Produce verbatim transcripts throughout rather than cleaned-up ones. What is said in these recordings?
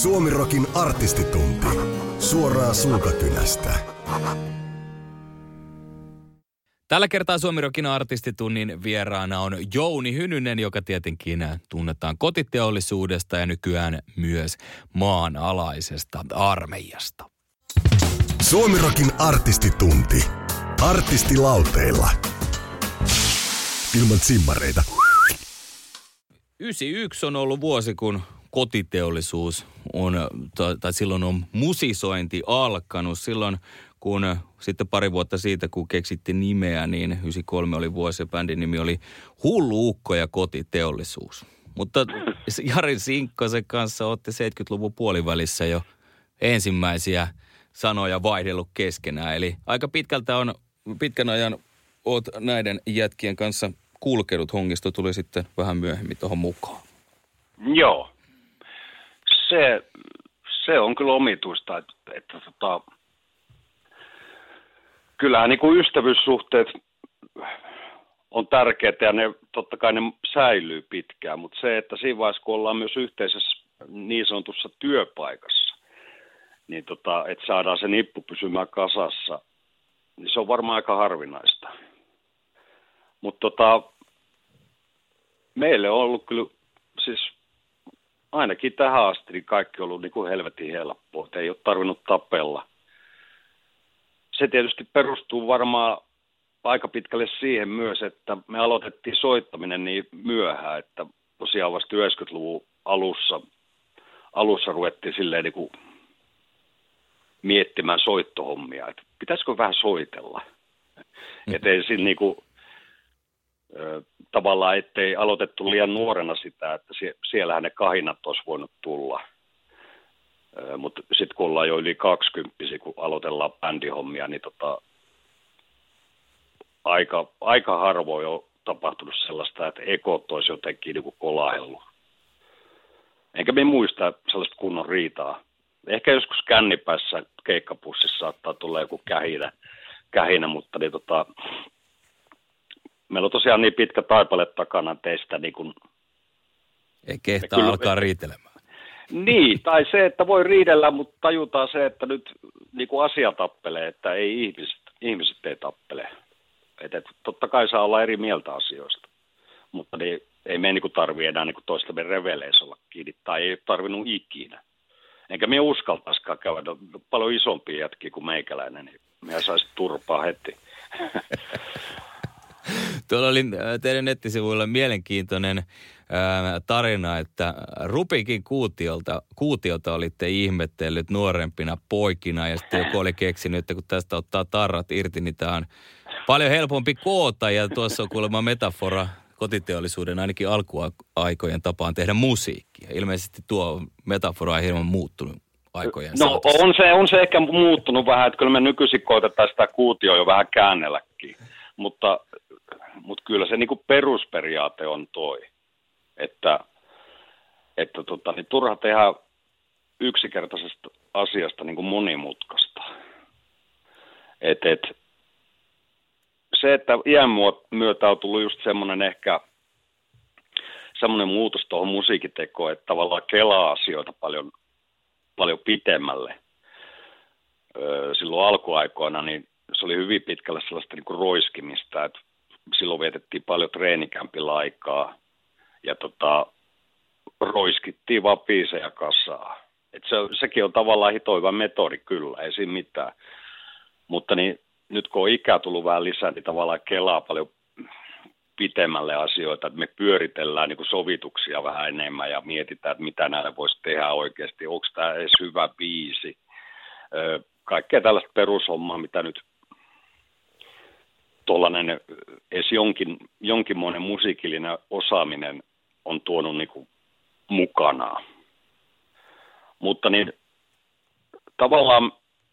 Suomirokin artistitunti. Suoraa suukakynästä. Tällä kertaa Suomirokin artistitunnin vieraana on Jouni Hynynen, joka tietenkin tunnetaan kotiteollisuudesta ja nykyään myös maanalaisesta armeijasta. Suomirokin artistitunti. Artistilauteilla. Ilman simmareita. yhdeksänkymmentäyksi on ollut vuosi, kun kotiteollisuus on, tai silloin on musisointi alkanut. Silloin, kun sitten pari vuotta siitä, kun keksittiin nimeä, niin yhdeksänkymmentäkolme oli vuosi ja bändin nimi oli Hullu Ukko ja Kotiteollisuus. Mutta Jari Sinkkosen kanssa olette seitsemänkymmentäluvun puolivälissä jo ensimmäisiä sanoja vaihdellut keskenään. Eli aika pitkältä on, pitkän ajan oot näiden jätkien kanssa kulkenut. Hongisto tuli sitten vähän myöhemmin tuohon mukaan. Joo. Se, se on kyllä omituista, että, että tota, kyllähän niin kuin ystävyyssuhteet on tärkeitä ja ne, totta kai ne säilyy pitkään, mutta se, että siinä vaiheessa, kun ollaan myös yhteisessä niin sanotussa työpaikassa, niin tota, että saadaan se nippu pysymään kasassa, niin se on varmaan aika harvinaista. Mutta tota, meille on ollut kyllä, siis ainakin tähän asti, niin kaikki on ollut niin kuin helvetin helppoa, ei ole tarvinnut tapella. Se tietysti perustuu varmaan aika pitkälle siihen myös, että me aloitettiin soittaminen niin myöhään, että tosiaan vasta yhdeksänkymmentäluvun alussa, alussa ruvettiin silleen niin kuin miettimään soittohommia, että pitäisikö vähän soitella. Mm. Että ei siinä niin kuin, tavallaan, ettei aloitettu liian nuorena sitä, että siellähän ne kahinat olisi voinut tulla. Mutta sitten kun ollaan jo yli kaksikymppisiä, kun aloitellaan bändihommia, niin tota, aika, aika harvoin on tapahtunut sellaista, että ekot olisi jotenkin niin kuin kolahellut. Enkä me muista sellaista kunnon riitaa. Ehkä joskus kännipässä keikkapussissa saattaa tulla joku kähinä, kähinä mutta niin tota, meillä on tosiaan niin pitkä taipale takana teistä niin kuin... Ei kehtaa kyllä alkaa riitelemään. Niin, tai se, että voi riidellä, mutta tajutaan se, että nyt niin kuin asia tappelee, että ei ihmiset, ihmiset ei tappele. Että et, totta kai saa olla eri mieltä asioista, mutta niin, ei me niin tarvitse enää niin toistamme reveleissä olla kiinni, tai ei tarvinnut ikinä. Enkä me uskaltaisikaan käydä paljon isompia jätkiä kuin meikäläinen, niin meidän saisi turpaa heti. Tuolla oli teidän nettisivuilla mielenkiintoinen ää, tarina, että Rupikin kuutiolta, kuutiota olitte ihmettellyt nuorempina poikina ja sitten joku oli keksinyt, että kun tästä ottaa tarrat irti, niin tämä on paljon helpompi koota ja tuossa on kuulemma metafora kotiteollisuuden ainakin alkuaikojen tapaan tehdä musiikkia. Ilmeisesti tuo metafora on hieman muuttunut aikojen No saatossa. on se, on se ehkä muuttunut vähän, että kyllä me nykyisin koitetaan sitä kuutioa jo vähän käännelläkin, mutta Mutta kyllä se niinku perusperiaate on toi, että, että tota, niin turha tehdä yksinkertaisesta asiasta niinku monimutkaista. Et, et, se, että iän myötä on tullut just semmoinen ehkä semmoinen muutos tuohon musiikitekoon, että tavallaan kelaa asioita paljon, paljon pitemmälle. Öö, silloin alkuaikoina niin se oli hyvin pitkälle sellaista niinku roiskimista, että silloin vietettiin paljon treenikämpillä aikaa ja tota, roiskittiin vaan biisejä kassaa. Et se, sekin on tavallaan hitoiva metodi kyllä, ei siinä mitään. Mutta niin, nyt kun on ikää tullut vähän lisää, niin tavallaan kelaa paljon pitemmälle asioita. Et me pyöritellään niin kuin sovituksia vähän enemmän ja mietitään, että mitä näille voisi tehdä oikeasti. Onko tämä edes hyvä biisi? Öö, kaikkea tällaista perushommaa, mitä nyt tuollainen edes jonkin, jonkinmoinen musiikillinen osaaminen on tuonut niinku mukanaan. Mutta niin tavallaan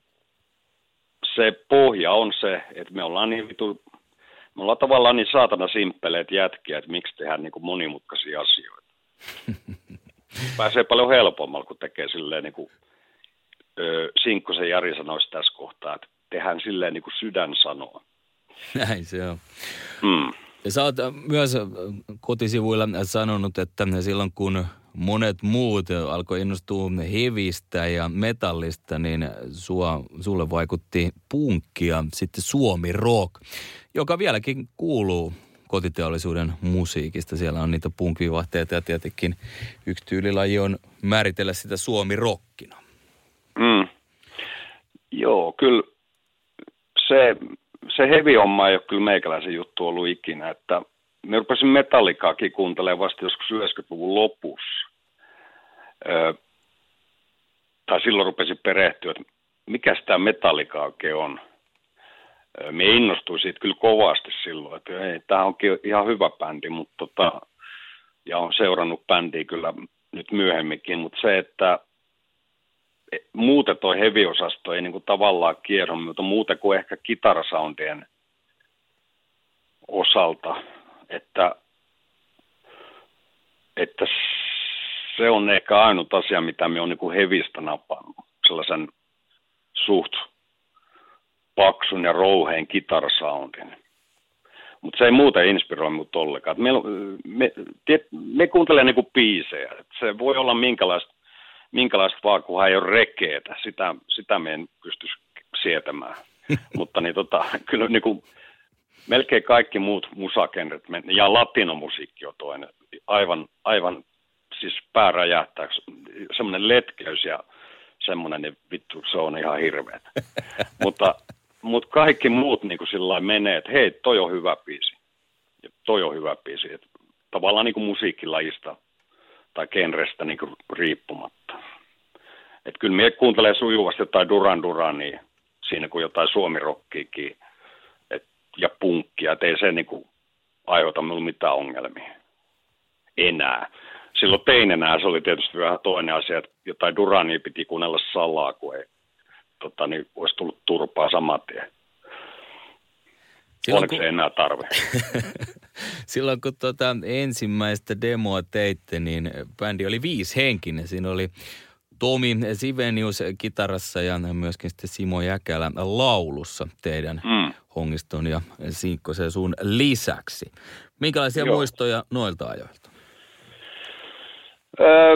se pohja on se, että me ollaan niin vitu, me ollaan tavallaan niin saatana simppeleet jätkiä, että miksi tehdään niinku monimutkaisia asioita. Pääsee paljon helpommalla, kun tekee silleen niin kuin Sinkkosen Jari sanoisi tässä kohtaa, että tehdään silleen niin kuin sydän sanoo. Näin se on. Mm. Ja sä oot myös kotisivuilla sanonut, että silloin kun monet muut alkoi innostua hevistä ja metallista, niin sua, sulle vaikutti punkki ja sitten Suomi rock, joka vieläkin kuuluu kotiteollisuuden musiikista. Siellä on niitä punk-vivahteita ja tietenkin yksi tyylilaji on määritellä sitä Suomi rockina. Mm. Joo, kyllä se, se heavy-homma ei ole kyllä meikäläisen juttu ollut ikinä, että me rupesin Metallicaakin kuuntelemaan vasta joskus yhdeksänkymmentäluvun lopussa. Öö, tai silloin rupesin perehtyä, että mikä tämä Metallica oikein on. Öö, me innostuin siitä kyllä kovasti silloin, että hei, tämä onkin ihan hyvä bändi, mutta tota, ja on seurannut bändiä kyllä nyt myöhemminkin, mutta se, että muuten toi heavy-osasto ei niinku tavallaan kierro, mutta muuten kuin ehkä kitarasoundien osalta, että, että se on ehkä ainut asia, mitä me on niinku hevistä napannut, sellaisen suht paksun ja rouheen kitarasoundin. Mutta se ei muuten inspiroi mut ollenkaan. Me, me, me kuuntelee niinku biisejä, että se voi olla minkälaista minkälaista vaan, kunhan ei ole rekeetä. Sitä, sitä me en pystyisi sietämään. Mutta niin, tota, kyllä niin kuin, melkein kaikki muut musagenret, ja latinomusiikki on toinen, aivan, aivan siis pää räjähtää. Semmoinen letkeys ja semmoinen, niin vittu, se on ihan hirveetä. mutta, mutta kaikki muut niin kuin sillä menee, että hei, toi on hyvä biisi. Ja toi on hyvä biisi. Että tavallaan niin kuin musiikkilajista tai genrestä niin kuin riippumatta. Että kyllä me kuuntelee sujuvasti jotain Duran Durania, siinä kuin jotain suomirokkiikin et, ja punkkia, että ei se niin kuin aiheuta minulle mitään ongelmia enää. Silloin teinenä se oli tietysti vähän toinen asia, että jotain Durania piti kuunnella salaa, kun ei tota, niin olisi tullut turpaa saman tien. Silloin, Onneksi kun... ei enää tarve. Silloin kun tuota ensimmäistä demoa teitte, niin bändi oli viisihenkinen. Siinä oli Tomi Sivenius kitarassa ja myöskin sitten Simo Jäkälä laulussa teidän mm. Hongiston ja Sinkkosen suun lisäksi. Minkälaisia Joo. muistoja noilta ajoilta? Öö,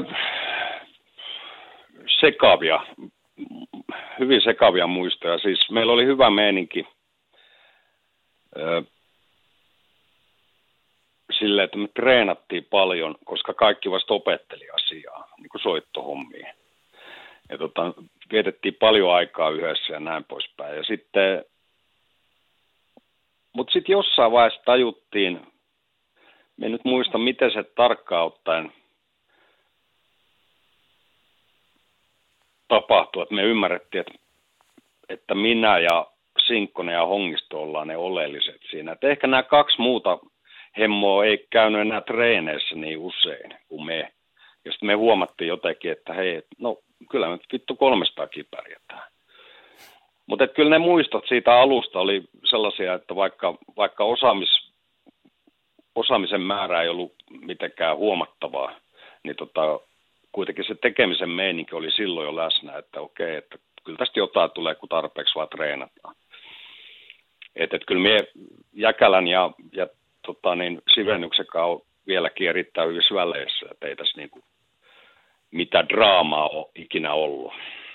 sekavia. Hyvin sekavia muistoja. Siis meillä oli hyvä meininki. Öö, Silleen, että me treenattiin paljon, koska kaikki vasta opetteli asiaa, niin kuin soittohommia. Ja tota, vietettiin paljon aikaa yhdessä ja näin poispäin. Ja sitten, mutta sitten jossain vaiheessa tajuttiin, me en nyt muista miten se tarkkaan ottaen tapahtui, että me ymmärrettiin, että, että minä ja Sinkkonen ja Hongisto ollaan ne oleelliset siinä. Että ehkä nämä kaksi muuta hemmoa ei käynyt enää treeneissä niin usein kuin me. Ja sitten me huomattiin jotenkin, että hei, no kyllä me vittu kolmestakin pärjätään. Mutta kyllä ne muistot siitä alusta oli sellaisia, että vaikka, vaikka osaamis, osaamisen määrä ei ollut mitenkään huomattavaa, niin tota, kuitenkin se tekemisen meininki oli silloin jo läsnä, että okei, että kyllä tästä jotain tulee, kun tarpeeksi vaan treenataan. Että et kyllä me Jäkälän ja, ja tota, niin Sivennyksen kanssa on vieläkin erittäin hyvissä väleissä, että ei tässä niinku mitä draamaa ole ikinä ollut.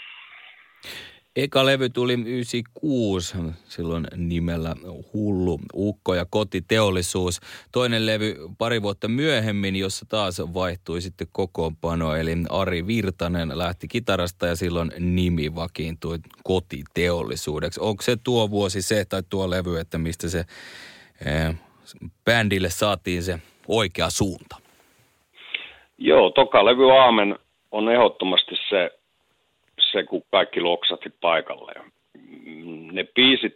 Eka levy tuli yhdeksänkymmentäkuusi, silloin nimellä Hullu ukko ja kotiteollisuus. Toinen levy pari vuotta myöhemmin, jossa taas vaihtui sitten kokoonpano, eli Ari Virtanen lähti kitarasta ja silloin nimi vakiintui kotiteollisuudeksi. Onko se tuo vuosi se tai tuo levy, että mistä se eh, bändille saatiin se oikea suunta? Joo, toka levy Aamen on ehdottomasti se, se, kun kaikki loksahti paikalle. Ne biisit,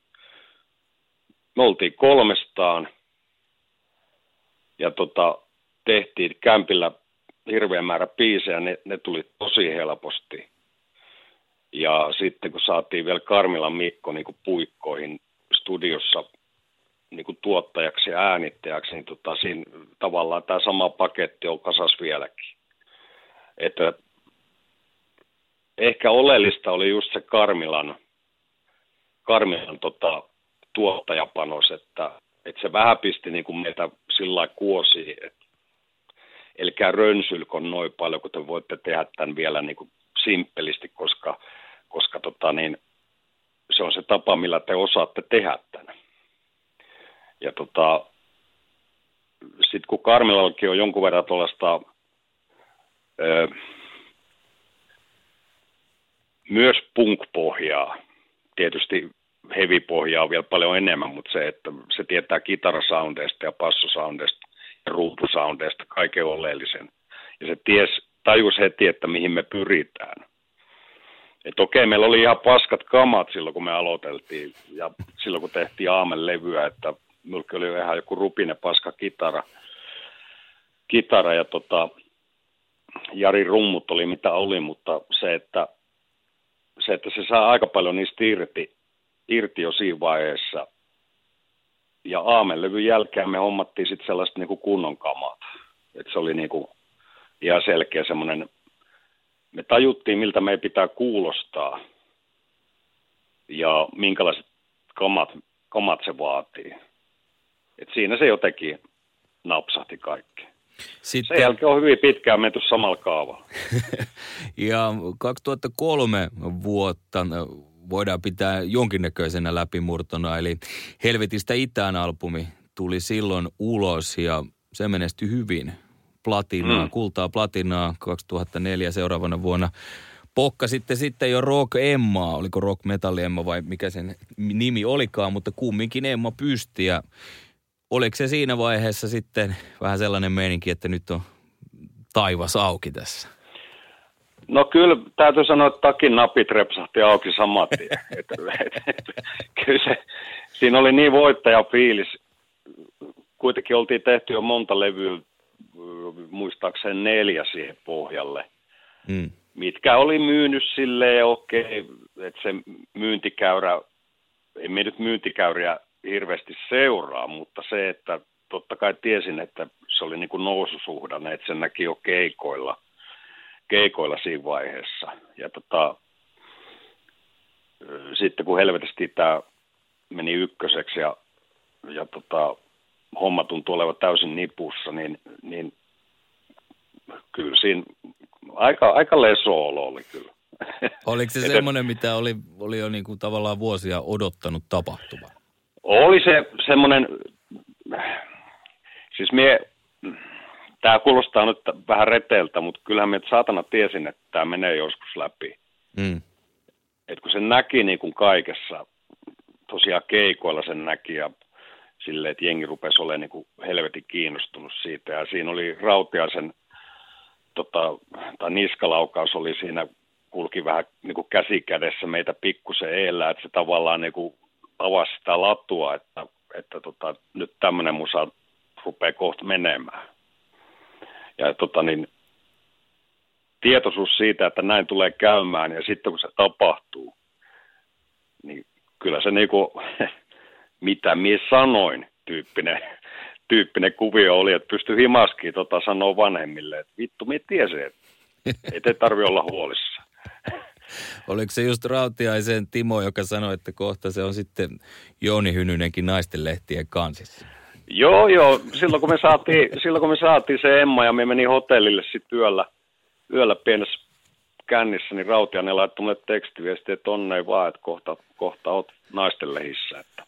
me oltiin kolmestaan ja tota, tehtiin kämpillä hirveän määrä biisejä, ne, ne tuli tosi helposti. Ja sitten kun saatiin vielä Karmilan Mikko niin kuin puikkoihin studiossa niin kuin tuottajaksi ja äänittäjäksi, niin tota, siinä tavallaan tämä sama paketti on kasas vieläkin. Että ehkä oleellista oli just se Karmilan, Karmilan tota, tuottajapanos, että, että se vähän pisti niin kuin meitä sillä lailla kuosiin. Eli älkää rönsylkon noin paljon, kun te voitte tehdä tämän vielä niin kuin simppelisti, koska, koska tota niin, se on se tapa, millä te osaatte tehdä tämän. Ja tota, sitten kun Karmilallakin on jonkun verran tuollaista öö, myös punk-pohjaa, tietysti heavy-pohjaa on vielä paljon enemmän, mutta se, että se tietää kitarasoundeista ja passosoundeista ja ruutusoundeista kaiken oleellisen. Ja se ties, tajus heti, että mihin me pyritään. Että okei, meillä oli ihan paskat kamat silloin, kun me aloiteltiin ja silloin, kun tehtiin Aamen levyä, että minulla oli ihan joku rupinen paska kitara, kitara ja tota, Jari rummut oli mitä oli, mutta se, että se, että se saa aika paljon niistä irti, irti jo siinä vaiheessa. Ja Aamen-levyn jälkeen me hommattiin sitten sellaista niinku kunnon kamat. Että se oli niinku ihan selkeä semmoinen, me tajuttiin miltä meidän pitää kuulostaa ja minkälaiset kamat, kamat se vaatii. Et siinä se jotenkin napsahti kaikki. Sitten... Sen jälkeen on hyvin pitkään menty samalla kaavalla. Ja kaksituhattakolme vuotta voidaan pitää jonkinnäköisenä läpimurtona, eli Helvetistä itään -albumi tuli silloin ulos ja se menestyi hyvin. Platinaa, mm. kultaa platinaa kaksituhattaneljä seuraavana vuonna. Pokka sitten, sitten jo Rock Emma, oliko Rock Metalli Emma vai mikä sen nimi olikaan, mutta kumminkin Emma pysti ja oliko se siinä vaiheessa sitten vähän sellainen meininki, että nyt on taivas auki tässä? No kyllä täytyy sanoa, että takin napit repsahti auki saman tien. et, et, et, kyllä se, siinä oli niin voittajafiilis. Kuitenkin oltiin tehty jo monta levyä, muistaakseni neljä siihen pohjalle, mm. mitkä oli myynyt silleen okei, okay, että se myyntikäyrä, ei me nyt myyntikäyriä hirveästi seuraa, mutta se, että totta kai tiesin, että se oli niin kuin noususuhdanne, että sen näki jo keikoilla, keikoilla siinä vaiheessa. Ja tota, sitten kun helvetisti tämä meni ykköseksi ja, ja tota, homma tuntui olevan täysin nipussa, niin, niin kyllä siinä aika, aika leso-olo oli kyllä. Oliko se semmoinen, mitä oli, oli jo niin kuin tavallaan vuosia odottanut tapahtumaan? Oli se semmoinen, siis mie, tämä kuulostaa nyt vähän reteeltä, mutta kyllähän me saatana tiesin, että tämä menee joskus läpi. Mm. Et kun sen näki niin kuin kaikessa, tosiaan keikoilla sen näki ja silleen, että jengi rupesi olemaan niin kuin helvetin kiinnostunut siitä. Ja siinä oli Rautiaisen, tota, tai niskalaukaus oli siinä, kulki vähän niin kuin käsi kädessä meitä pikkusen eellä, että se tavallaan niin kuin avasi sitä latua, että, että tota, nyt tämmöinen musa rupeaa kohta menemään. Ja tota niin, tietoisuus siitä, että näin tulee käymään ja sitten kun se tapahtuu, niin kyllä se niinku, mitä mie sanoin tyyppinen, tyyppinen kuvio oli, että pystyi himaskin tota sanoa vanhemmille, että vittu mie tiesin, että ei te tarvitse olla huolissa. Oliko se just Rautiaisen Timo, joka sanoi, että kohta se on sitten Jouni Hynynenkin naistenlehtien kansissa? Joo, joo. Silloin kun me saatiin, silloin kun me saatiin se Emma ja me meni hotellille sitten yöllä, yöllä pienessä kännissä, niin Rautiainen laittoi mulle tekstiviestiä, että onnei vaan, että kohta, kohta oot naistenlehissä. Että.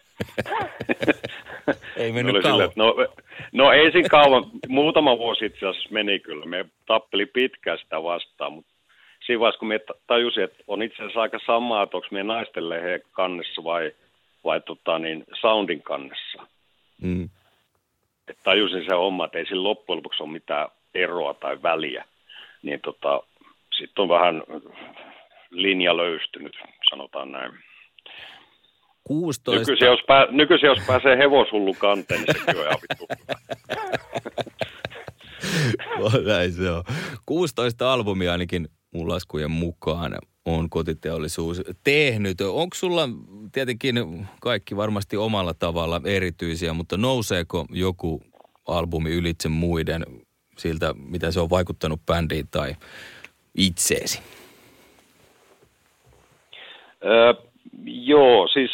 Ei mennyt kauan. Sille, no, no ei siinä kauan. Muutama vuosi itse asiassa meni kyllä. Me tappeli pitkään sitä vastaan, mutta siinä vaiheessa, kun me tajusin, että on itse asiassa aika samaa, että onko me naistenlehden kannessa vai, vai tota, niin, soundin kannessa. Mm. Että tajusin se homma, että ei sillä loppujen lopuksi ole mitään eroa tai väliä. Niin tota, sitten on vähän linja löystynyt, sanotaan näin. kuusitoista Nykyisin jos, pää, nykyisin, jos pääsee hevoshullu kanteen, niin sekin on ihan vittu. Näin se on. kuusitoista albumia ainakin mun laskujen mukaan on Kotiteollisuus tehnyt. Onko sulla tietenkin kaikki varmasti omalla tavalla erityisiä, mutta nouseeko joku albumi ylitse muiden siltä, mitä se on vaikuttanut bändiin tai itseesi? Öö, joo, siis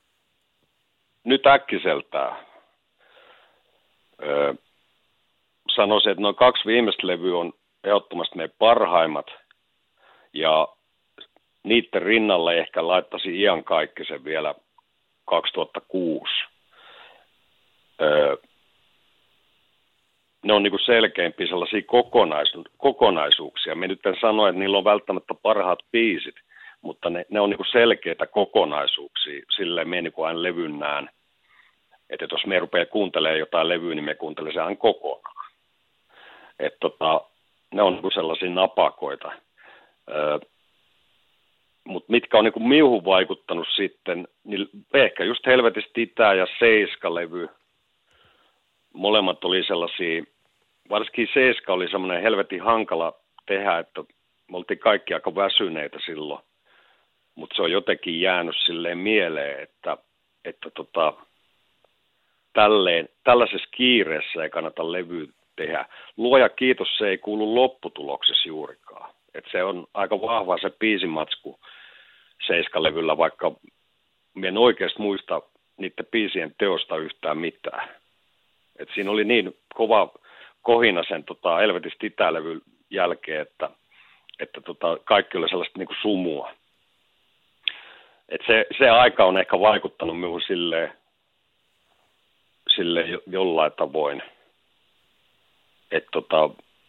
nyt äkkiseltään. Öö, sanoisin, että noin kaksi viimeistä levyä on ehdottomasti meidän parhaimmat, ja niiden rinnalle ehkä laittaisin iankaikkisen vielä kaksituhattakuusi. Öö, ne on niin kuin selkeämpiä sellaisia kokonaisu- kokonaisuuksia. Me nyt en sano, että niillä on välttämättä parhaat biisit, mutta ne, ne on niin kuin selkeitä kokonaisuuksia. Silleen me niin kuin aina levyn näen, että jos me rupeaa kuuntelemaan jotain levyä, niin me kuuntelemaan sen aina kokonaan. Että tota, ne on niin kuin sellaisia napakoita. Öö, mutta mitkä on niin kuin miuhun vaikuttanut sitten, niin ehkä just Helvetistä Itää ja Seiska-levy. Molemmat oli sellaisia, varsinkin Seiska oli semmoinen helvetin hankala tehdä, että me oltiin kaikki aika väsyneitä silloin. Mutta se on jotenkin jäänyt silleen mieleen, että, että tota, tälleen, tällaisessa kiireessä ei kannata levyä tehdä. Luoja kiitos, se ei kuulu lopputuloksessa juurikaan. Et se on aika vahva se biisimatsku Seiska-levyllä, vaikka minä en oikeasti muista niiden biisien teosta yhtään mitään. Et siinä oli niin kova kohina sen tota, Helvetistä Itää-levyn jälkeen, että, että tota, kaikki oli sellaista niin kuin sumua. Et se, se aika on ehkä vaikuttanut minuun silleen, silleen jo, jollain tavoin. Että tota,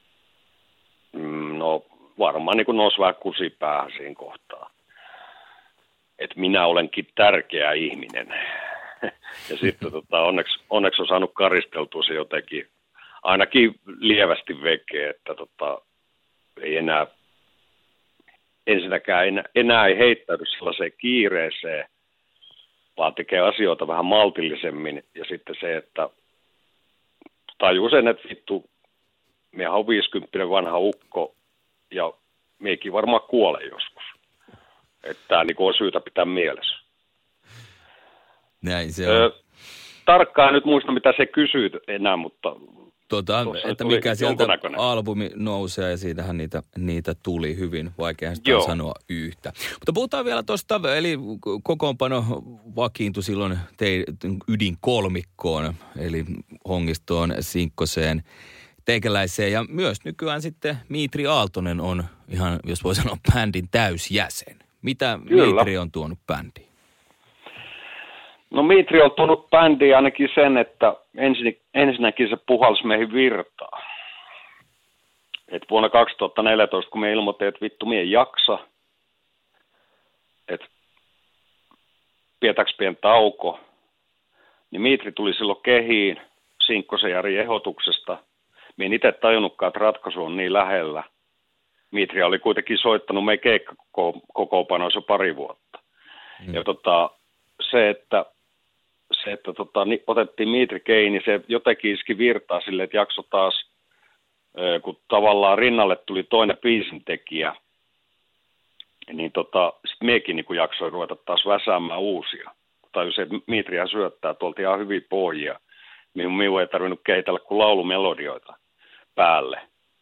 no varmaan niin kuin nousi vähän kusipäähän siinä kohtaa. Että minä olenkin tärkeä ihminen. Ja sitten tota, onneksi, onneksi on saanut karisteltua se jotenkin, ainakin lievästi vekeä, että tota, ei enää, ensinnäkään enää, enää ei heittäydy sellaiseen kiireeseen, vaan tekee asioita vähän maltillisemmin. Ja sitten se, että tajuu sen, että vittu, minä on viisikymppinen vanha ukko ja meikin varmaan kuolee joskus. Että tämä niin on syytä pitää mielessä. Näin se on. Öö, tarkkaan nyt muista, mitä se kysyy enää, mutta... Tota, että mikä sieltä albumi nousee, ja siitähän niitä, niitä tuli hyvin. Vaikeahan sitä sanoa yhtä. Mutta puhutaan vielä tuosta, eli kokoonpano vakiintui silloin te, ydin kolmikkoon, eli Hongistoon, Sinkkoseen, teikäläiseen, ja myös nykyään sitten Miitri Aaltonen on ihan, jos voi sanoa, bändin täysjäsen. Mitä Kyllä. Miitri on tuonut bändiin? No Miitri on tuonut bändiin ainakin sen, että ensin, ensinnäkin se puhalsi meihin virtaa. Et vuonna kaksituhattaneljätoista, kun me ilmoitin, että vittu mie jaksa, että pietääks pien tauko, niin Miitri tuli silloin kehiin Sinkkosen Jari ehdotuksesta. Mie en itse tajunnutkaan, että ratkaisu on niin lähellä. Miitri oli kuitenkin soittanut meidän keikkakokoopanoissa pari vuotta. Mm. Ja tota, se, että, se, että tota, niin otettiin Miitri keini, se jotenkin iski virtaa silleen, että jakso taas, kun tavallaan rinnalle tuli toinen biisintekijä, niin tota, sitten miekin niin jaksoin ruveta taas väsäämään uusia. Tai se Miitrihän syöttää tuolta ihan hyviä pohjia, mihin minun ei tarvinnut kehitellä kuin laulumelodioita päälle.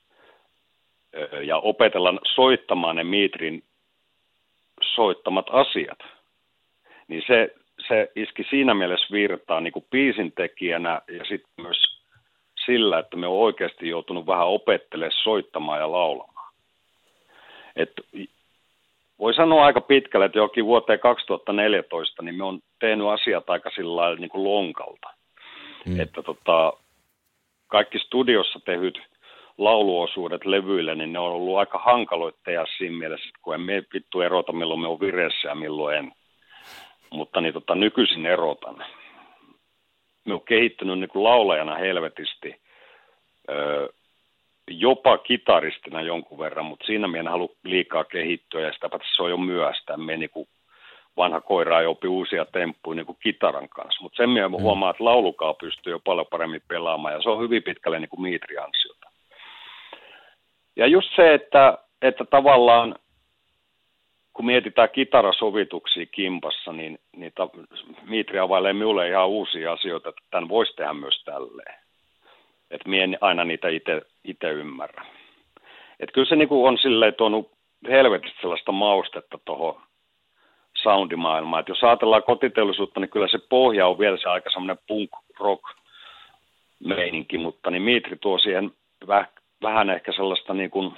Ja opetella soittamaan ne Miitrin soittamat asiat. Niin se, se iski siinä mielessä virtaa niin kuin biisintekijänä ja sitten myös sillä, että me on oikeasti joutunut vähän opettelemaan soittamaan ja laulamaan. Et voi sanoa aika pitkälle, että jokin vuoteen kaksituhattaneljätoista, niin me on tehnyt asiat aika sillä lailla niin kuin lonkalta. Mm. Että tota, kaikki studiossa tehdyt lauluosuudet levyille, niin ne on ollut aika hankaloita tehdä siinä mielessä, kun en me vittu erota, milloin me on vireessä ja milloin en. Mutta niin tota, nykyisin erotan. Me on kehittynyt niin kuin laulajana helvetisti, öö, jopa kitaristina jonkun verran, mutta siinä minä en halua liikaa kehittyä, ja sitä se on jo myöhäistä. Me niin kuin vanha koira ei opi uusia temppuja niin kuin kitaran kanssa, mutta sen minä mm. huomaa, että laulukaa pystyy jo paljon paremmin pelaamaan, ja se on hyvin pitkälle niin kuin Miitri ansiota. Ja just se, että, että tavallaan kun mietitään kitarasovituksia kimpassa, niin, niin ta, Miitri availee minulle ihan uusia asioita, että tämän voisi tehdä myös tälleen. Että minä en aina niitä itse ymmärrä. Että kyllä se niinku on silleen tuonut helvetistä sellaista maustetta tuohon soundimaailmaan. Että jos ajatellaan kotiteollisuutta, niin kyllä se pohja on vielä se aika semmoinen punk rock meininki, mutta niin Mitri tuo siihen väh, vähän ehkä sellaista niin kuin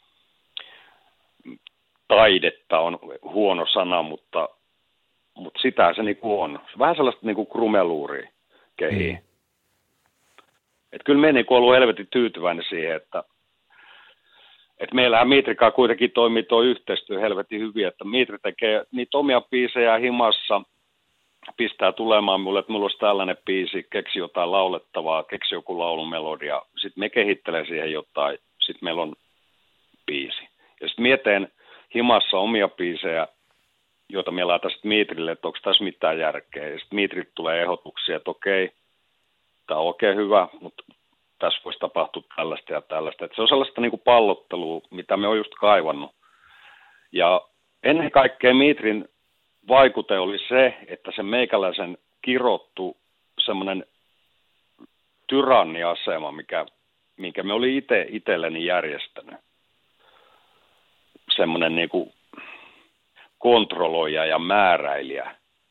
taidetta on huono sana, mutta, mutta sitä se niin kuin on. Vähän sellaista niin kuin krumeluuria kehii. Mm. Että kyllä me niin kuin ollut helvetin tyytyväinen siihen, että, että meillähän Mitrikaan kuitenkin toimii tuo yhteistyö helvetin hyvin, että Mitri tekee niitä omia biisejä himassa, pistää tulemaan mulle, että mulla olisi tällainen biisi, keksi jotain laulettavaa, keksi joku laulumelodia, sitten me kehittelee siihen jotain, sitten meillä on biisi. Ja sitten mietin himassa omia biisejä, joita me laitetaan sitten Mitrille, että onko tässä mitään järkeä. Ja sitten Mitrit tulee ehdotuksia, että okei, tämä on oikein hyvä, mutta tässä voisi tapahtua tällaista ja tällaista. Että se on sellaista niin kuin pallottelua, mitä me on just kaivannut. Ja ennen kaikkea Mitrin vaikute oli se, että se meikäläisen kirottu semmoinen tyranniasema, mikä, minkä me oli itse itselleni järjestänyt. Semmoinen niin kuin kontrolloija ja määräilijä.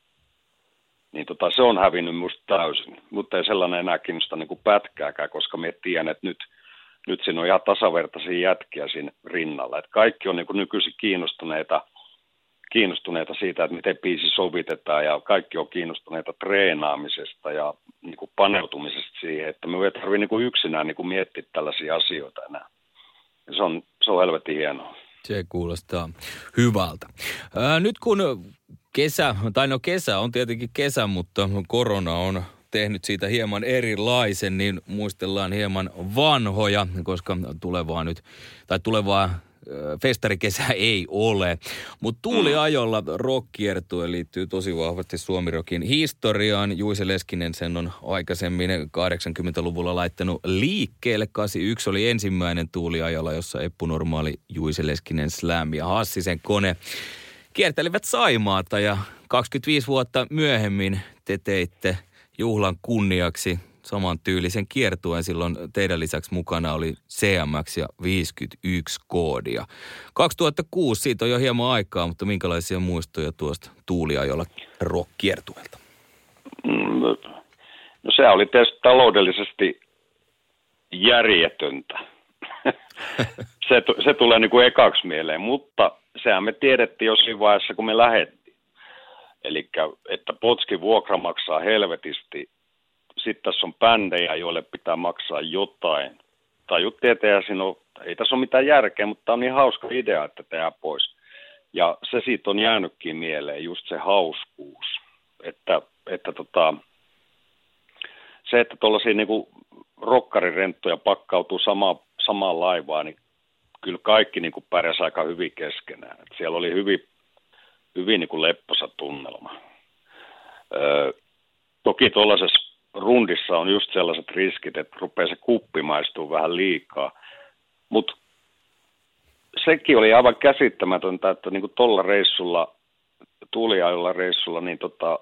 Niin tota, se on hävinnyt musta täysin. Mutta ei sellainen enää kiinnosta niin kuin pätkääkään, koska me tiedän, että nyt, nyt siinä on ihan tasavertaisia jätkiä siinä rinnalla. Että kaikki on niin kuin nykyisin kiinnostuneita, kiinnostuneita siitä, että miten biisi sovitetaan, ja kaikki on kiinnostuneita treenaamisesta ja niin kuin paneutumisesta siihen, että me ei tarvitse niin kuin yksinään niin kuin miettiä tällaisia asioita enää. Ja se on, se on helvetin hienoa. Se kuulostaa hyvältä. Ää, nyt kun kesä, tai no kesä on tietenkin kesä, mutta korona on tehnyt siitä hieman erilaisen, niin muistellaan hieman vanhoja, koska tulevaa nyt, tai tulevaa festarikesää ei ole. Mutta Tuuliajolla rock-kiertue liittyy tosi vahvasti Suomi-rockin historiaan. Juise Leskinen sen on aikaisemmin kahdeksankymmentäluvulla laittanut liikkeelle. kahdeksankymmentäyksi oli ensimmäinen Tuuliajolla, jossa Eppu Normaali, Juise Leskinen, Slam ja Hassisen Kone kiertelivät Saimaata. Ja kaksikymmentäviisi vuotta myöhemmin te teitte juhlan kunniaksi saman tyylisen kiertueen. Silloin teidän lisäksi mukana oli C M X ja viisikymmentäyksi koodia. kaksituhattakuusi, siitä on jo hieman aikaa, mutta minkälaisia muistoja tuosta Tuuliajolla rock-kiertueelta? No se oli tietysti taloudellisesti järjetöntä. se, se tulee niin kuin ekaksi mieleen, mutta sehän me tiedettiin jossain vaiheessa, kun me lähdettiin. Eli että Potskin vuokra maksaa helvetisti. Sitten tässä on bändejä, joille pitää maksaa jotain. Tajuttiin, että ei tässä ole mitään järkeä, mutta tämä on niin hauska idea, että tehdään pois. Ja se siitä on jäänytkin mieleen, just se hauskuus. Että, että tota, se, että tuollaisia niinku rokkarirenttoja pakkautuu sama, samaan laivaan, niin kyllä kaikki niinku pärjäsi aika hyvin keskenään. Et siellä oli hyvin, hyvin niinku lepposa tunnelma. Öö, toki tuollaisessa rundissa on just sellaiset riskit, että rupeaa se kuppi maistuu vähän liikaa. Mutta sekin oli aivan käsittämätöntä, että niinku tuolla reissulla, Tuuliajolla reissulla, niin tota,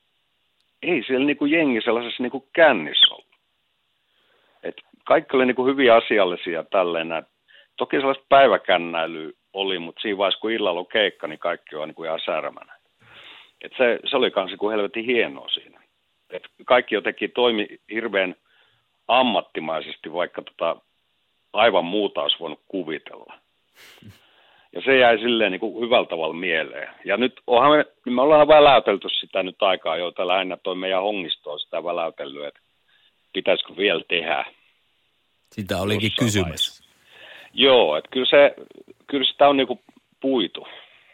ei siellä niinku jengi sellaisessa niinku kännissä ollut. Et kaikki oli niinku hyvin asiallisia tälleen. Toki sellaista päiväkännäilyä oli, mutta siinä vaiheessa, kun illalla on keikka, niin kaikki on niinku ihan särmänä. Et se, se oli kans niinku helvetin hienoa siinä. Et kaikki jotenkin toimi hirveän ammattimaisesti, vaikka tota aivan muuta olisi voinut kuvitella. Ja se jäi silleen niin kuin hyvällä tavalla mieleen. Ja nyt onhan me, me ollaan väläytelty sitä nyt aikaa, joita lähinnä toi meidän Hongisto on sitä väläytellyt, että pitäisikö vielä tehdä. Sitä olikin kysymys. Vaiheessa. Joo, että kyllä, se, kyllä sitä on niin kuin puitu.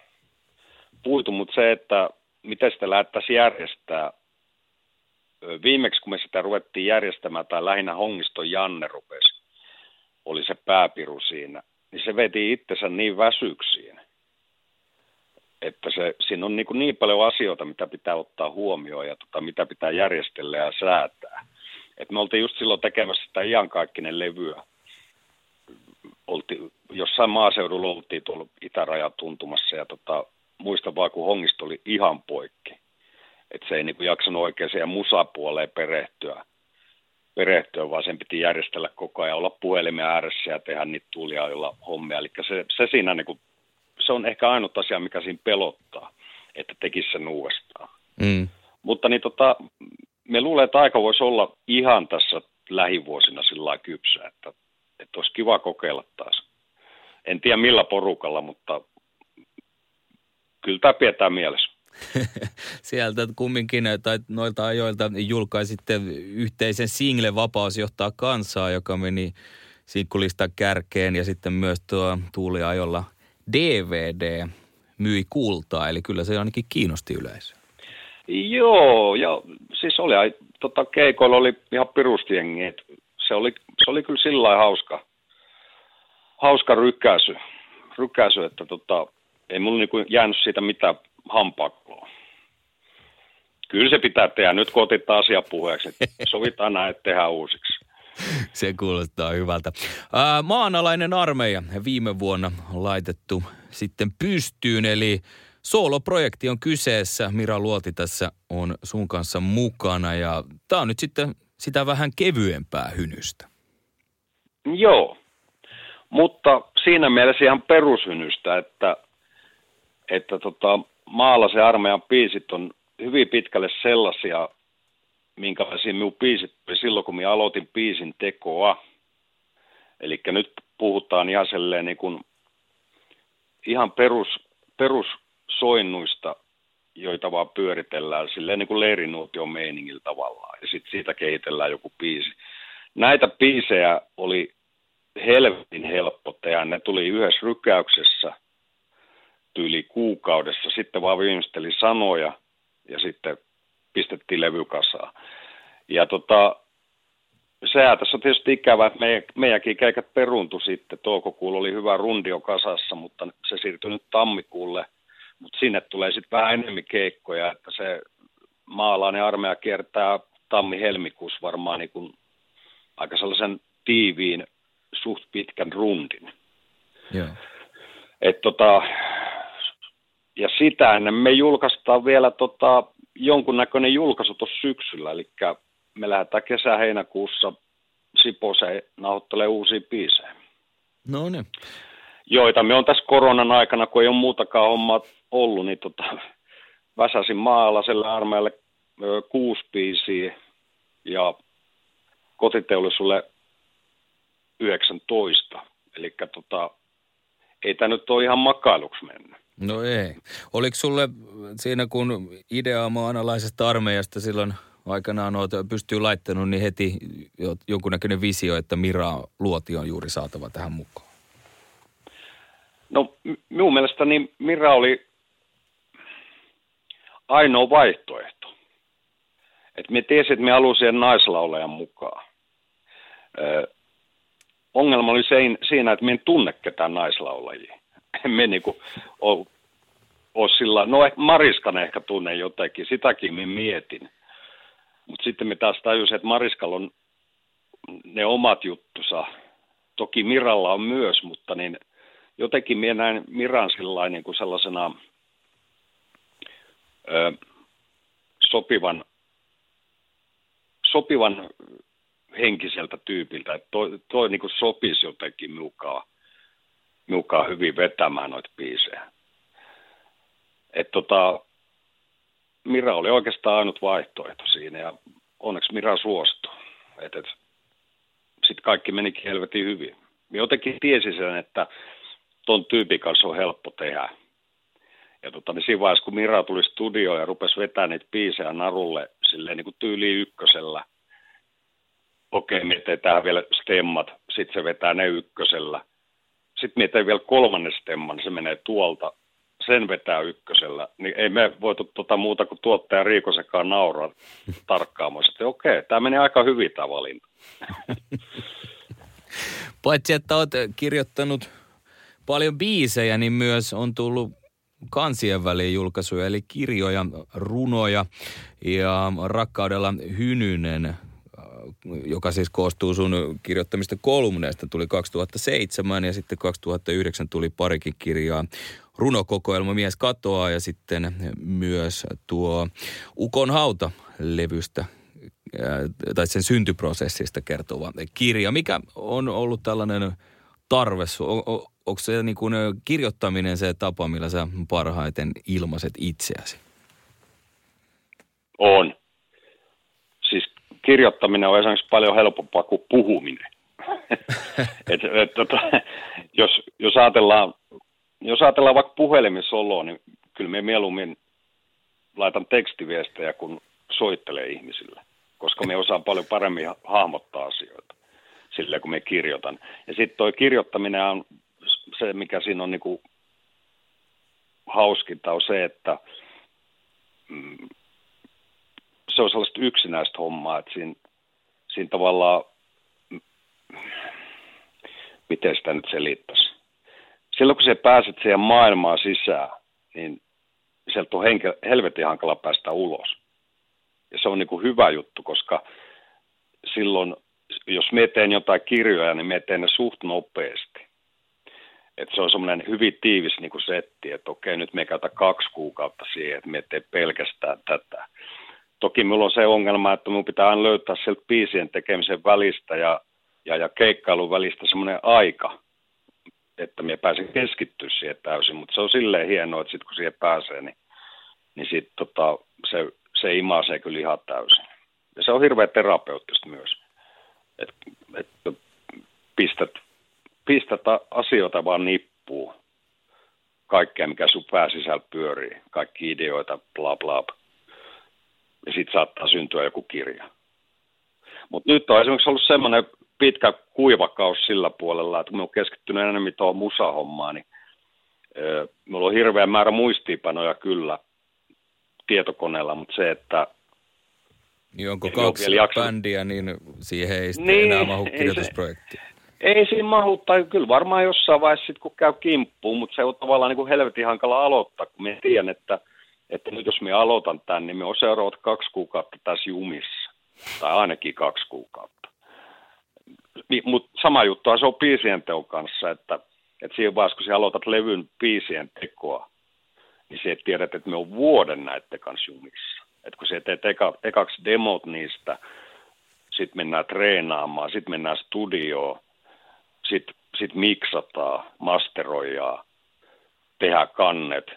Puitu, mutta se, että miten sitä lähdettäisiin järjestää. Viimeksi, kun me sitä ruvettiin järjestämään, tai lähinnä Hongiston Janne rupesi, oli se pääpiru siinä, niin se veti itsensä niin väsyksiin, että se, siinä on niin, kuin niin paljon asioita, mitä pitää ottaa huomioon ja tota, mitä pitää järjestellä ja säätää. Et me oltiin just silloin tekemässä sitä iankaikkinen levyä. Oltiin, jossain maaseudulla oltiin tuolla itärajan tuntumassa ja tota, muistan vaan, kun Hongisto oli ihan poikki. Että se ei niinku jaksanut oikein siihen musapuoleen perehtyä, perehtyä, vaan sen piti järjestellä koko ajan, olla puhelimen ääressä ja tehdä niitä Tuuliajolla hommia. Eli se, se siinä niinku, se on ehkä ainut asia, mikä siinä pelottaa, että tekisi sen uudestaan. Mm. Mutta niin tota, me luulen, että aika voisi olla ihan tässä lähivuosina sillä lailla kypsä, että, että olisi kiva kokeilla taas. En tiedä millä porukalla, mutta kyllä tämä pidetään mielessä. Sieltä kumminkin, tai noilta ajoilta julkaisitte yhteisen single Vapaus johtaa kansaa, joka meni sinkkulistan kärkeen, ja sitten myös tuo Tuuliajolla D V D myi kultaa, eli kyllä se ainakin kiinnosti yleisöä. Joo, ja siis oli, tota, keikoilla oli ihan pirustiengi, että se oli, se oli kyllä sillä lailla hauska, hauska rykäisy, rykäisy että tota, ei mulla niinku jäänyt siitä mitään hampaakoa. Kyllä se pitää tehdä, nyt kun otetaan asia puheeksi, että sovitaan näin, että tehdään uusiksi. Se kuulostaa hyvältä. Ää, maanalainen armeija viime vuonna laitettu sitten pystyyn, eli sooloprojekti on kyseessä. Mira Luoti tässä on sun kanssa mukana, ja tää on nyt sitten sitä vähän kevyempää hynystä. Joo, mutta siinä mielessä ihan perushynystä, että, että tota, Maalaisen armeijan biisit on hyvin pitkälle sellaisia, minkälaisia minun biisit oli silloin, kun minä aloitin biisin tekoa. Eli nyt puhutaan ihan selleen niin kuin ihan perus, perussoinnuista, joita vaan pyöritellään silleen niin kuin leirinuotion meiningillä tavallaan. Ja sitten siitä kehitellään joku biisi. Näitä biisejä oli helvetin helppo tehdä. Ne tuli yhdessä rykäyksessä tyyli kuukaudessa. Sitten vaan viimeisteli sanoja ja sitten pistettiin levykasaan. Ja tota, sehän tässä on tietysti ikävä, että meidän, meidänkin keikat peruuntui sitten. Toukokuulla oli hyvä rundio kasassa, mutta se siirtyi nyt tammikuulle. Mutta sinne tulee sitten vähän enemmän keikkoja, että se Maalainen armeija kiertää tammi-helmikuussa varmaan niin kuin aika sellaisen tiiviin, suht pitkän rundin. Joo. Et tota, ja sitä ennen me julkaistaan vielä tota, jonkunnäköinen julkaisu tuossa syksyllä, eli me lähdetään kesä-heinäkuussa Siposeen nauhoittelemaan uusia biisejä. No niin. Joita me on tässä koronan aikana, kun ei ole muutakaan hommaa ollut, niin tota, väsäsin Maalaiselle armeijalle ö, kuusi biisiä ja Kotiteollisuudelle yhdeksäntoista. Eli tota, ei tämä nyt ole ihan makailuksi mennyt. No ei. Oliko sulle siinä, kun ideaa maanalaisesta armeijasta silloin aikanaan olet pystyy laittanut, niin heti jonkunnäköinen visio, että Mira Luoti on juuri saatava tähän mukaan? No minun mielestäni Mira oli ainoa vaihtoehto. Että me tiesin, että me halusin naislaulajan mukaan. Ö, ongelma oli sein, siinä, että me en tunne ketään naislaulajia. Me niinku ole, ole sillä, no Mariskan ehkä tunnen jotenkin, sitäkin me mietin. Mutta sitten me taas tajusin, että Mariskalla on ne omat juttusa. Toki Miralla on myös, mutta niin jotenkin minä näin Miran sillain niin kuin sellaisena ö, sopivan, sopivan henkiseltä tyypiltä, että toi, toi niin kuin sopisi jotenkin miukaan, miukaan hyvin vetämään noita biisejä. Että tota, Mira oli oikeastaan ainut vaihtoehto siinä ja onneksi Mira suostui. Että et, sitten kaikki menikin helvetin hyvin. Minä jotenkin tiesin sen, että ton tyypin kanssa on helppo tehdä. Ja tota, niin siinä vaiheessa, kun Mira tuli studioon ja rupesi vetämään niitä biisejä narulle silleen niin kuin tyyliin ykkösellä. Okei, me teetään vielä stemmat, sitten se vetää ne ykkösellä. Sitten me teetään vielä kolmannen stemman, se menee tuolta, sen vetää ykkösellä. Niin ei me voitu tota muuta kuin tuottaja Riikosekaan nauraa tarkkaamaan. Että okei, tämä meni aika hyvin tämä valinta. Paitsi, että olet kirjoittanut paljon biisejä, niin myös on tullut kansien väliin julkaisuja, eli kirjoja, runoja ja Rakkaudella Hynynen, joka siis koostuu sun kirjoittamista kolumneista, tuli kaksituhattaseitsemän ja sitten kaksituhattayhdeksän tuli parikin kirjaa. Runokokoelma Mies katoaa ja sitten myös tuo Ukon hauta-levystä tai sen syntyprosessista kertova kirja. Mikä on ollut tällainen tarve? Onko se niin kuin kirjoittaminen se tapa, millä sä parhaiten ilmaiset itseäsi? On. Siis kirjoittaminen on esimerkiksi paljon helpompaa kuin puhuminen. et, et, tota, jos, jos, ajatellaan, jos ajatellaan vaikka puhelimissoloa, niin kyllä me mieluummin laitan tekstiviestejä, kun soittelee ihmisille, koska me osaan paljon paremmin hahmottaa asioita silleen, kun me kirjoitan. Ja sitten toi kirjoittaminen on se, mikä siinä on niinku hauskinta, on se, että mm, se on sellaista yksinäistä hommaa, että siinä, siinä tavallaan, miten sitä nyt selittäisi. Silloin kun sä pääset siihen maailmaan sisään, niin sieltä on henke, helvetin hankala päästä ulos. Ja se on niin kuin hyvä juttu, koska silloin, jos me teen jotain kirjoja, niin me teen ne suht nopeasti. Että se on semmoinen hyvin tiivis niin kuin setti, että okei, nyt me käytä kaksi kuukautta siihen, että me teen pelkästään tätä. Toki minulla on se ongelma, että minun pitää aina löytää sieltä biisien tekemisen välistä ja, ja, ja keikkailun välistä semmoinen aika, että minä pääsen keskittyä siihen täysin. Mutta se on silleen hienoa, että sitten kun siihen pääsee, niin, niin sit, tota, se, se imaisee kyllä ihan täysin. Ja se on hirveän terapeuttista myös, että et pistät, pistät asioita vaan nippuu. Kaikkea, mikä sun pääsisällä pyörii, kaikki ideoita, bla bla. Ja sitten saattaa syntyä joku kirja. Mutta nyt on esimerkiksi ollut semmoinen pitkä kuivakaus sillä puolella, että kun mä oon keskittynyt enemmän tuohon musahommaan, niin öö, mulla on hirveä määrä muistiinpanoja kyllä tietokoneella, mutta se, että... Niin onko kaksi bändiä, niin siihen ei sitten niin, enää mahu kirjoitusprojektia. Ei, ei siinä mahu, tai kyllä varmaan jossain vaiheessa sitten kun käy kimppuun, mutta se on tavallaan niin kuin helvetin hankala aloittaa, kun mä tiedän, että että nyt jos minä aloitan tämän, niin me on seuraavat kaksi kuukautta tässä jumissa. Tai ainakin kaksi kuukautta. Mutta sama juttu se on biisien teon kanssa, että, että siinä vaiheessa, kun sinä aloitat levyn biisien tekoa, niin sinä tiedät, että me on vuoden näiden kanssa jumissa. Että kun sinä teet eka, ekaksi demot niistä, sitten mennään treenaamaan, sitten mennään studioon, sitten sit miksataan, masteroidaan, tehdään kannet,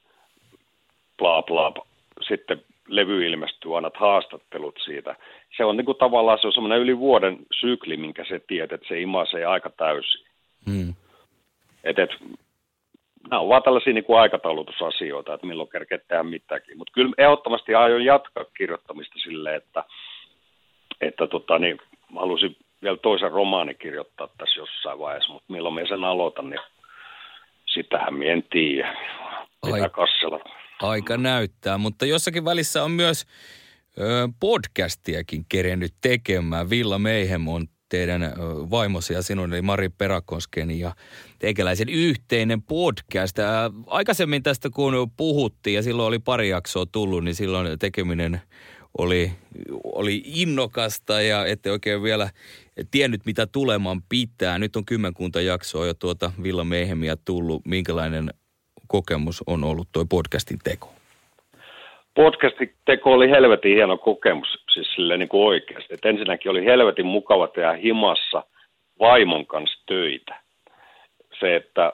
bla bla, sitten levy ilmestyy, annat haastattelut siitä. Se on niin kuin tavallaan se on semmoinen yli vuoden sykli, minkä se tiedät, että se imaisee aika täysin. Hmm. Et, et, nämä on vaan tällaisia niin kuin aikataulutusasioita, että milloin kerkeä tehdä mitäkin. Mutta kyllä ehdottomasti aion jatkaa kirjoittamista silleen, että, että tota, niin, halusin vielä toisen romaanin kirjoittaa tässä jossain vaiheessa, mutta milloin minä sen aloitan, niin sitähän minä en tiedä. Pitää kassella. Aika näyttää, mutta jossakin välissä on myös ö, podcastiakin kerennyt tekemään. Villa Mayhem on teidän ö, vaimosi ja sinun, eli Mari Peräkosken ja teikäläisen yhteinen podcast. Ä, aikaisemmin tästä kun puhuttiin ja silloin oli pari jaksoa tullut, niin silloin tekeminen oli, oli innokasta ja ette oikein vielä tiennyt, mitä tuleman pitää. Nyt on kymmenkunta jaksoa jo tuota Villa Mayhemia tullut. Minkälainen kokemus on ollut tuo podcastin teko? Podcastin teko oli helvetin hieno kokemus, siis silleen niin kuin oikeasti. Et ensinnäkin oli helvetin mukava tehdä himassa vaimon kanssa töitä. Se, että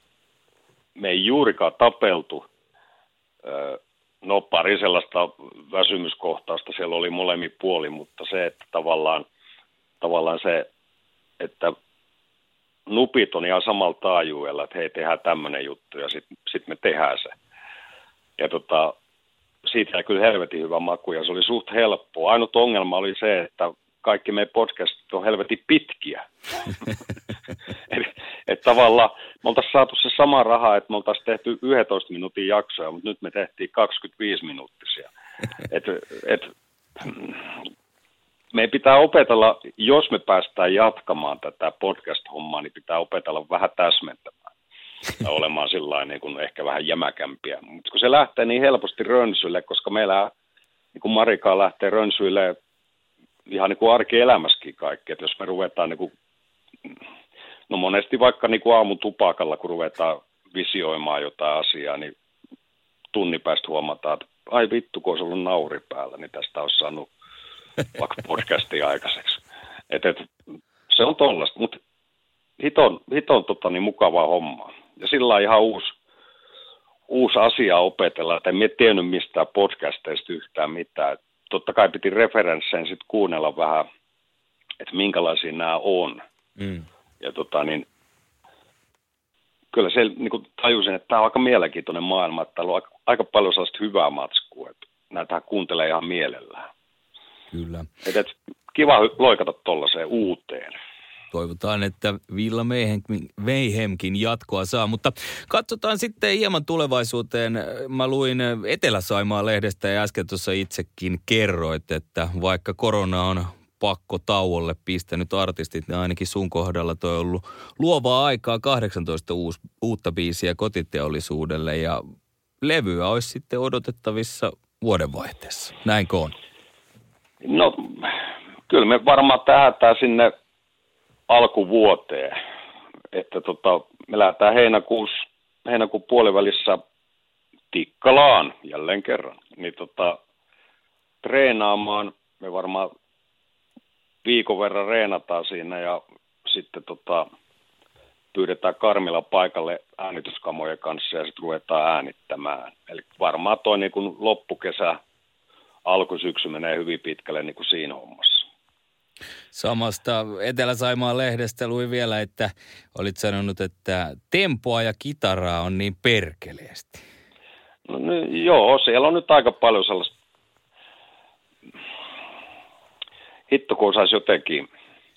me ei juurikaan tapeltu, no pari sellaista väsymyskohtausta siellä oli molemmin puolin, mutta se, että tavallaan, tavallaan se, että nupit on ihan samalla taajuudella, että hei, tehdään tämmöinen juttu ja sitten sit me tehdään se. Ja tota, siitä ei kyllä helvetin hyvä maku ja se oli suht helppoa. Ainut ongelma oli se, että kaikki meidän podcastit on helvetin pitkiä. Eli et tavallaan me oltaisiin saatu se sama raha, että me oltaisiin tehty yksitoista minuutin jaksoja, mutta nyt me tehtiin kaksikymmentäviisi minuuttisia. Et, et, meidän pitää opetella, jos me päästään jatkamaan tätä podcast-hommaa, niin pitää opetella vähän täsmentämään ja olemaan sillain niin kuin ehkä vähän jämäkämpiä. Mutta kun se lähtee niin helposti rönsyille, koska meillä niin kuin Marikaan lähtee rönsyille ihan niin kuin arkielämässäkin kaikki, että jos me ruvetaan niin kuin, no monesti vaikka niin kuin aamutupakalla, kun ruvetaan visioimaan jotain asiaa, niin tunnin päästä huomataan, että ai vittu, kun olisi ollut nauri päällä, niin tästä olisi saanut vaikka podcastia aikaiseksi. Et, et, se on tollaista, mutta hiton, hiton tota, niin mukavaa hommaa. Ja sillä on ihan uusi, uusi asia opetella, että en tiennyt mistään podcasteista yhtään mitään. totta kai piti referensseen sitten kuunnella vähän, että minkälaisia nämä on. Mm. Ja tota niin, kyllä se niin kuin tajusin, että tämä on aika mielenkiintoinen maailma, että täällä on aika, aika paljon sellaista hyvää matskua, että näitähän kuuntelee ihan mielellään. Kyllä. Et, et, kiva loikata tuollaiseen uuteen. Toivotaan, että Villa Mayhemkin jatkoa saa, mutta katsotaan sitten hieman tulevaisuuteen. Mä luin Etelä-Saimaan lehdestä ja äsken tuossa itsekin kerroit, että vaikka korona on pakko tauolle pistänyt artistit, niin ainakin sun kohdalla toi on ollut luovaa aikaa kahdeksantoista uus, uutta biisiä kotiteollisuudelle ja levyä olisi sitten odotettavissa vuodenvaihteessa. Näinkö on? No, kyllä me varmaan tähdätään sinne alkuvuoteen, että tota, me lähdetään heinäkuussa, heinäkuun puolivälissä Tikkalaan jälleen kerran, niin tota, treenaamaan, me varmaan viikon verran reenataan siinä ja sitten tota, pyydetään Karmila paikalle äänityskamojen kanssa ja sitten ruvetaan äänittämään. Eli varmaan toi niin kuin loppukesä, alkusyksy menee hyvin pitkälle niin kuin siinä hommassa. Samasta Etelä-Saimaan lehdestä luin vielä, että olit sanonut, että tempoa ja kitaraa on niin perkeleesti. No, no, joo, siellä on nyt aika paljon sellaista. Hitto, kun osaisi jotenkin.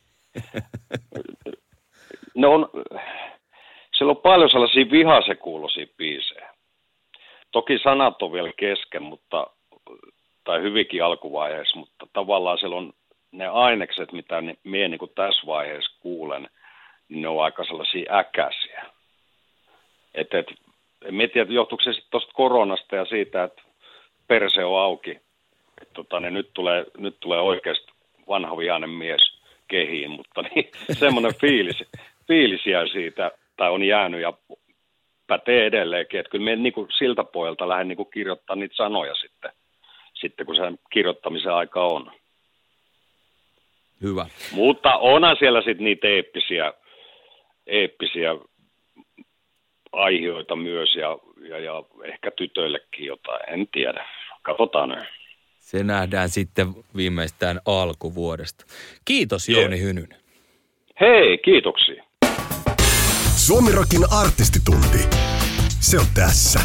Ne on, siellä on paljon sellaisia vihasekuuloisia biisejä. Toki sanat on vielä kesken, mutta, tai hyvinkin alkuvaiheessa, mutta tavallaan siellä on ne ainekset, mitä minä niin kuin tässä vaiheessa kuulen, niin ne on aika sellaisia äkäisiä. Et, et, en tiedä, johtuuko se sitten tuosta koronasta ja siitä, että perse on auki. Et, tota, ne nyt tulee, nyt tulee oikeasti vanha vihainen mies kehiin, mutta niin, semmoinen fiilis, fiilis jää siitä, tai on jäänyt ja pätee edelleenkin. Että kyllä me niin kuin siltä pojalta lähden niin kuin kirjoittaa niitä sanoja sitten, sitten, kun se kirjoittamisen aika on. Hyvä. Mutta onhan siellä sitten niitä eeppisiä, eeppisiä aihioita myös ja, ja, ja ehkä tytöillekin jotain, en tiedä. Katsotaan ne. Se nähdään sitten viimeistään alkuvuodesta. Kiitos Jouni yeah. Hynynen. Hei, kiitoksia. Suomirokin artistitunti. Se on tässä.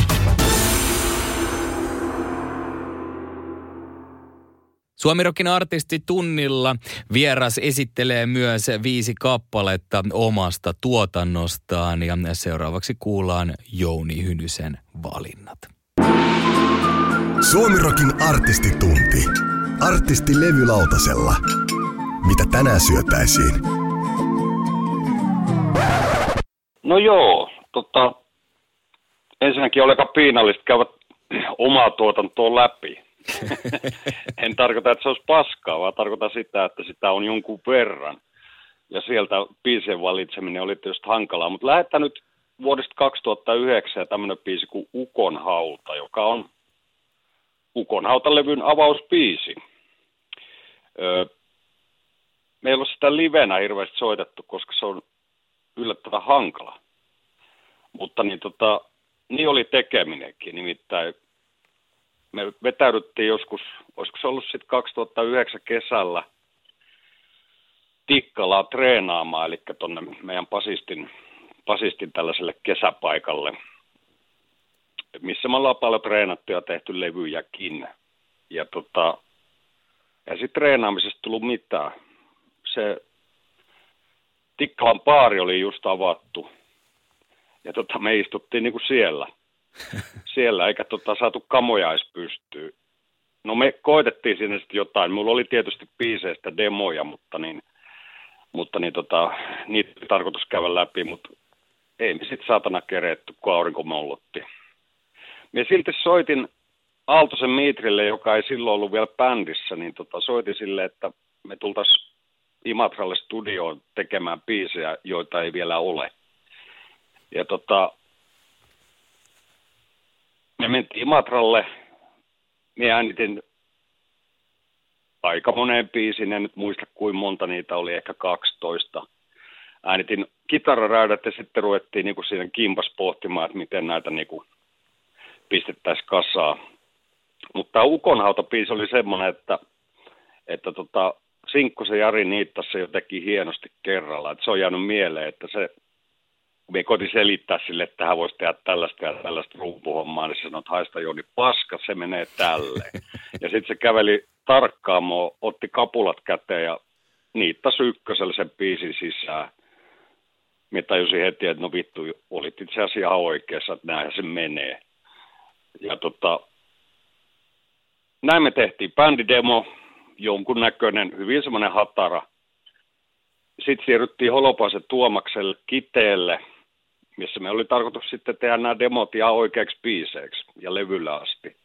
Suomirokin artistitunnilla vieras esittelee myös viisi kappaletta omasta tuotannostaan ja seuraavaksi kuullaan Jouni Hynysen valinnat. Suomirokin artistitunti. Artisti levylautasella. Mitä tänään syötäisiin? No joo, tota, ensinnäkin oli aika piinallista käydä omaa tuotantoa läpi. En tarkoita, että se olisi paskaa, vaan tarkoitan sitä, että sitä on jonkun verran. Ja sieltä biisien valitseminen oli tietysti hankalaa, mutta lähdetään nyt vuodesta kaksituhattayhdeksän tämmöinen biisi kuin Ukonhauta, joka on Ukonhauta-levyn avausbiisi. Öö, me ei ole sitä livenä hirveästi soitettu, koska se on yllättävän hankala. Mutta niin, tota, niin oli tekeminenkin, nimittäin me vetäydyttiin joskus, olisiko se ollut sitten kaksituhattayhdeksän kesällä Tikkalaa treenaamaan, eli tuonne meidän basistin, basistin tällaiselle kesäpaikalle, missä me ollaan paljon treenattu ja tehty levyjäkin. Ja, tota, ja sitten treenaamisesta tullut mitään. Se Tikkalan baari oli just avattu ja tota, me istuttiin niinku siellä. Siellä, eikä tota, saatu kamoja edes pystyä. No me koitettiin sinne sitten jotain. Mulla oli tietysti biiseistä demoja, mutta niin, mutta niin tota, niitä oli tarkoitus käydä läpi, mutta ei me sitten saatana keretty, kun aurinko mollotti. Me silti soitin Aaltosen Miitrille, joka ei silloin ollut vielä bändissä, niin tota, soitin sille, että me tultaisiin Imatralle studioon tekemään biisejä, joita ei vielä ole. Ja tota, me mentiin Imatralle, minä äänitin aika moneen biisin, en nyt muista kuinka monta niitä oli, ehkä kaksitoista. Äänitin kitararäydät ja sitten ruvettiin niin kuin siinä kimpas pohtimaan, että miten näitä niin kuin pistettäisiin kasaan. Mutta tämä Ukonhauta-biisi oli semmoinen, että, että tota, Sinkkosen Jari niittasi se jotenkin hienosti kerralla. Että se on jäänyt mieleen, että se, kun me koitin selittää sille, että hän voisi tehdä tällaista ja tällaista rumpuhommaa, niin se sanoi, että haista Jouni paska, se menee tälleen. Ja sitten se käveli tarkkaamoon, otti kapulat käteen ja niittasi ykkösellä sen biisin sisään. Minä tajusin heti, että no vittu, olit itse asiassa ihan oikeassa, että näinhän se menee. Ja tota, näin me tehtiin bändidemo, jonkunnäköinen, hyvin semmoinen hatara. Sitten siirryttiin Holopaisen Tuomakselle Kiteelle, missä me oli tarkoitus sitten tehdä nämä demot ihan oikeaksi biiseiksi ja levyllä asti.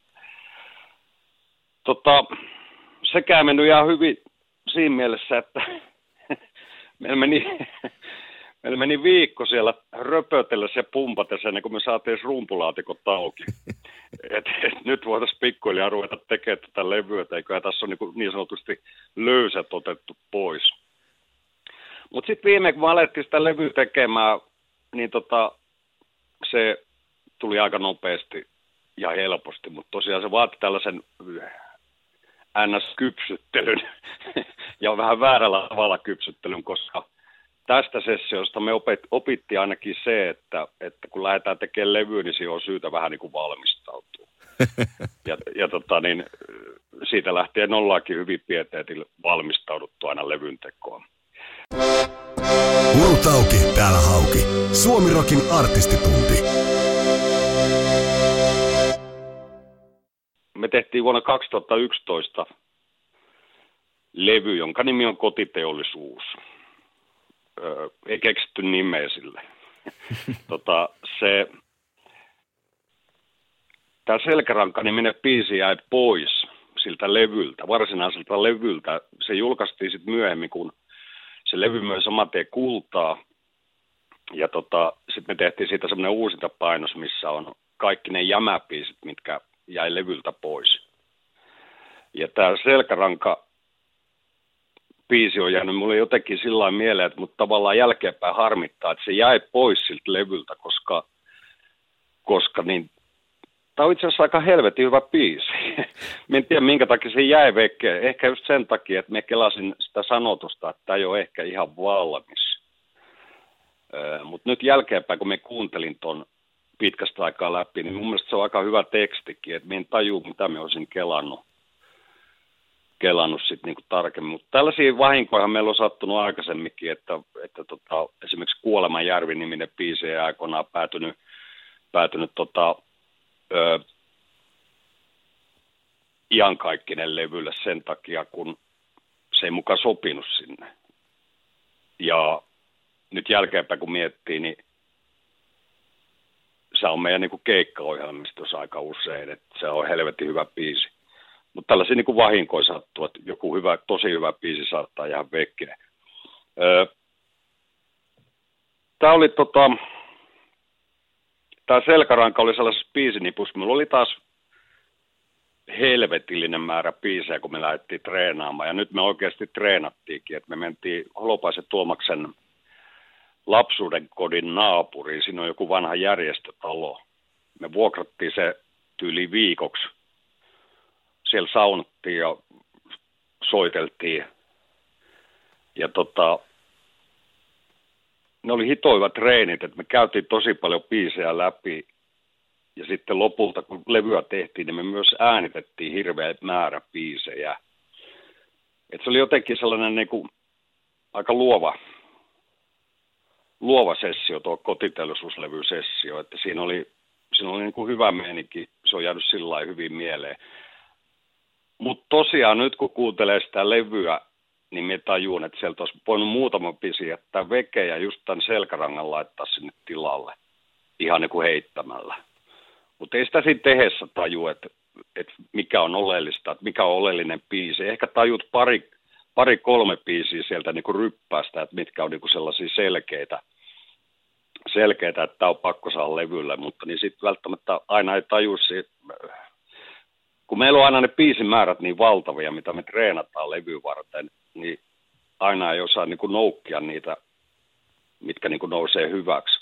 Tota, sekään mennyt ihan hyvin siinä mielessä, että meillä meni, meillä meni viikko siellä röpötellessä ja pumpatessa ennen kuin me saatiin rumpulaatikot auki. Et, et nyt voitaisiin pikkuhiljaa ruveta tekemään tätä levyä, eiköhän tässä on niin, niin sanotusti löysät otettu pois. Mutta sitten viimein, kun me alettiin sitä levyä tekemään, niin tota, se tuli aika nopeasti ja helposti, mutta tosiaan se vaati tällaisen N S-kypsyttelyn ja vähän väärällä tavalla kypsyttelyn, koska tästä sessiosta me opittiin ainakin se, että, että kun lähdetään tekemään levyä, niin siihen on syytä vähän niin kuin valmistautua. Ja, ja tota, niin, siitä lähtien ollaankin hyvin pieteetillä valmistauduttu aina levyn tekoon. Urut auki, täällä Hauki. Suomi Rockin artistitunti. Me tehtiin vuonna kaksituhattayksitoista levy, jonka nimi on Kotiteollisuus. Öö, ei keksitty nimeä sille. tota, se, tämä Selkäranka-niminen biisi jäi pois siltä levyltä, varsinaiselta levyltä. Se julkaistiin sitten myöhemmin, kun se levy myös saman tien kultaa. Ja tota, sitten me tehtiin siitä semmoinen uusintapainos, missä on kaikki ne jämäbiisit, mitkä jäi levyltä pois. Ja tämä Selkäranka biisi on jäänyt mulle jotenkin sillä lailla mieleen, että mut tavallaan jälkeenpäin harmittaa, että se jäi pois siltä levyltä, koska, koska niin, tämä on itse asiassa aika helvetin hyvä biisi. Mä en tiedä, minkä takia se jäi vekeen. Ehkä just sen takia, että mä kelasin sitä sanotusta, että tämä ei ole ehkä ihan valmis. Mutta nyt jälkeenpäin, kun mä kuuntelin ton pitkästä aikaa läpi, niin mun mielestä se on aika hyvä tekstikin, että mä en tajua, mitä mä olisin kelannut, kelannut sit niinku tarkemmin. Mutta tällaisia vahinkoja meillä on sattunut aikaisemminkin, että, että tota, esimerkiksi Kuolemanjärvi-niminen biisi ei aikoinaan päätynyt, päätynyt tota, ö, iankaikkinen levylle sen takia, kun se ei mukaan sopinut sinne. Ja nyt jälkeenpäin kun miettii, niin se on meidän niin kuin keikkaohjelmistossa aika usein, että se on helvetin hyvä biisi. Mutta tällaisia niin kuin vahinkoja sattuu, että joku hyvä, tosi hyvä biisi saattaa jäädä vekeen. Öö, Tämä oli tota, tämä Selkäranka oli sellaisessa biisinipussa. Minulla oli taas helvetillinen määrä biisejä, kun me lähdettiin treenaamaan. Ja nyt me oikeasti treenattiinkin, että me mentiin Holopaisen Tuomaksen lapsuuden kodin naapuriin. Siinä on joku vanha järjestötalo. Me vuokrattiin se tyyli viikoksi. Siellä saunottiin ja soiteltiin. Ja tota, ne oli hitoivat treenit, että me käytiin tosi paljon biisejä läpi. Ja sitten lopulta, kun levyä tehtiin, niin me myös äänitettiin hirveä määrä biisejä. Et se oli jotenkin sellainen niin kuin aika luova, luova sessio, tuo Kotiteollisuuslevy-sessio. Että siinä oli, siinä oli niin kuin hyvä meininki, se on jäänyt sillä lailla hyvin mieleen. Mutta tosiaan nyt kun kuuntelee sitä levyä, niin me tajuun, että sieltä olisi voinut muutama biisi jättää veke ja just tämän Selkärangan laittaa sinne tilalle ihan niin kuin heittämällä. Mutta ei sitä siinä tehdessä taju, että, että mikä on oleellista, että mikä on oleellinen biisi. Ehkä tajut pari, pari kolme biisiä sieltä niin kuin ryppäästä, että mitkä on niin kuin sellaisia selkeitä, selkeitä, että tämä on pakko saada levylle, mutta niin sitten välttämättä aina ei taju siitä. Kun meillä on aina ne biisimäärät niin valtavia, mitä me treenataan levyyn varten, niin aina ei osaa niin kuin noukkia niitä, mitkä niin kuin nousee hyväksi.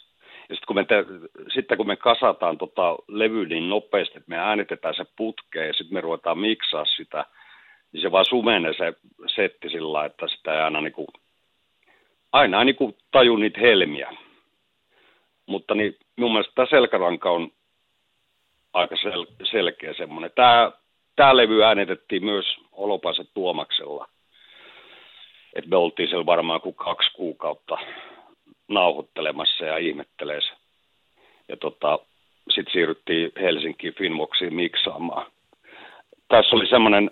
Ja sitten kun me, te, sitten kun me kasataan tota levy niin nopeasti, että me äänitetään se putkeen ja sitten me ruvetaan miksaa sitä, niin se vaan sumenee se setti sillä lailla, että sitä ei aina, niin kuin, aina niin kuin taju niitä helmiä. Mutta niin, mun mielestä tämä selkäranka on aika sel- selkeä semmoinen. Tämä, tämä levy äänitettiin myös Holopaisen Tuomaksella. Et me oltiin siellä varmaan kuin kaksi kuukautta nauhoittelemassa ja ihmettelee se. Ja tota, sitten siirryttiin Helsinkiin Finvoxiin miksaamaan. Tässä oli semmoinen,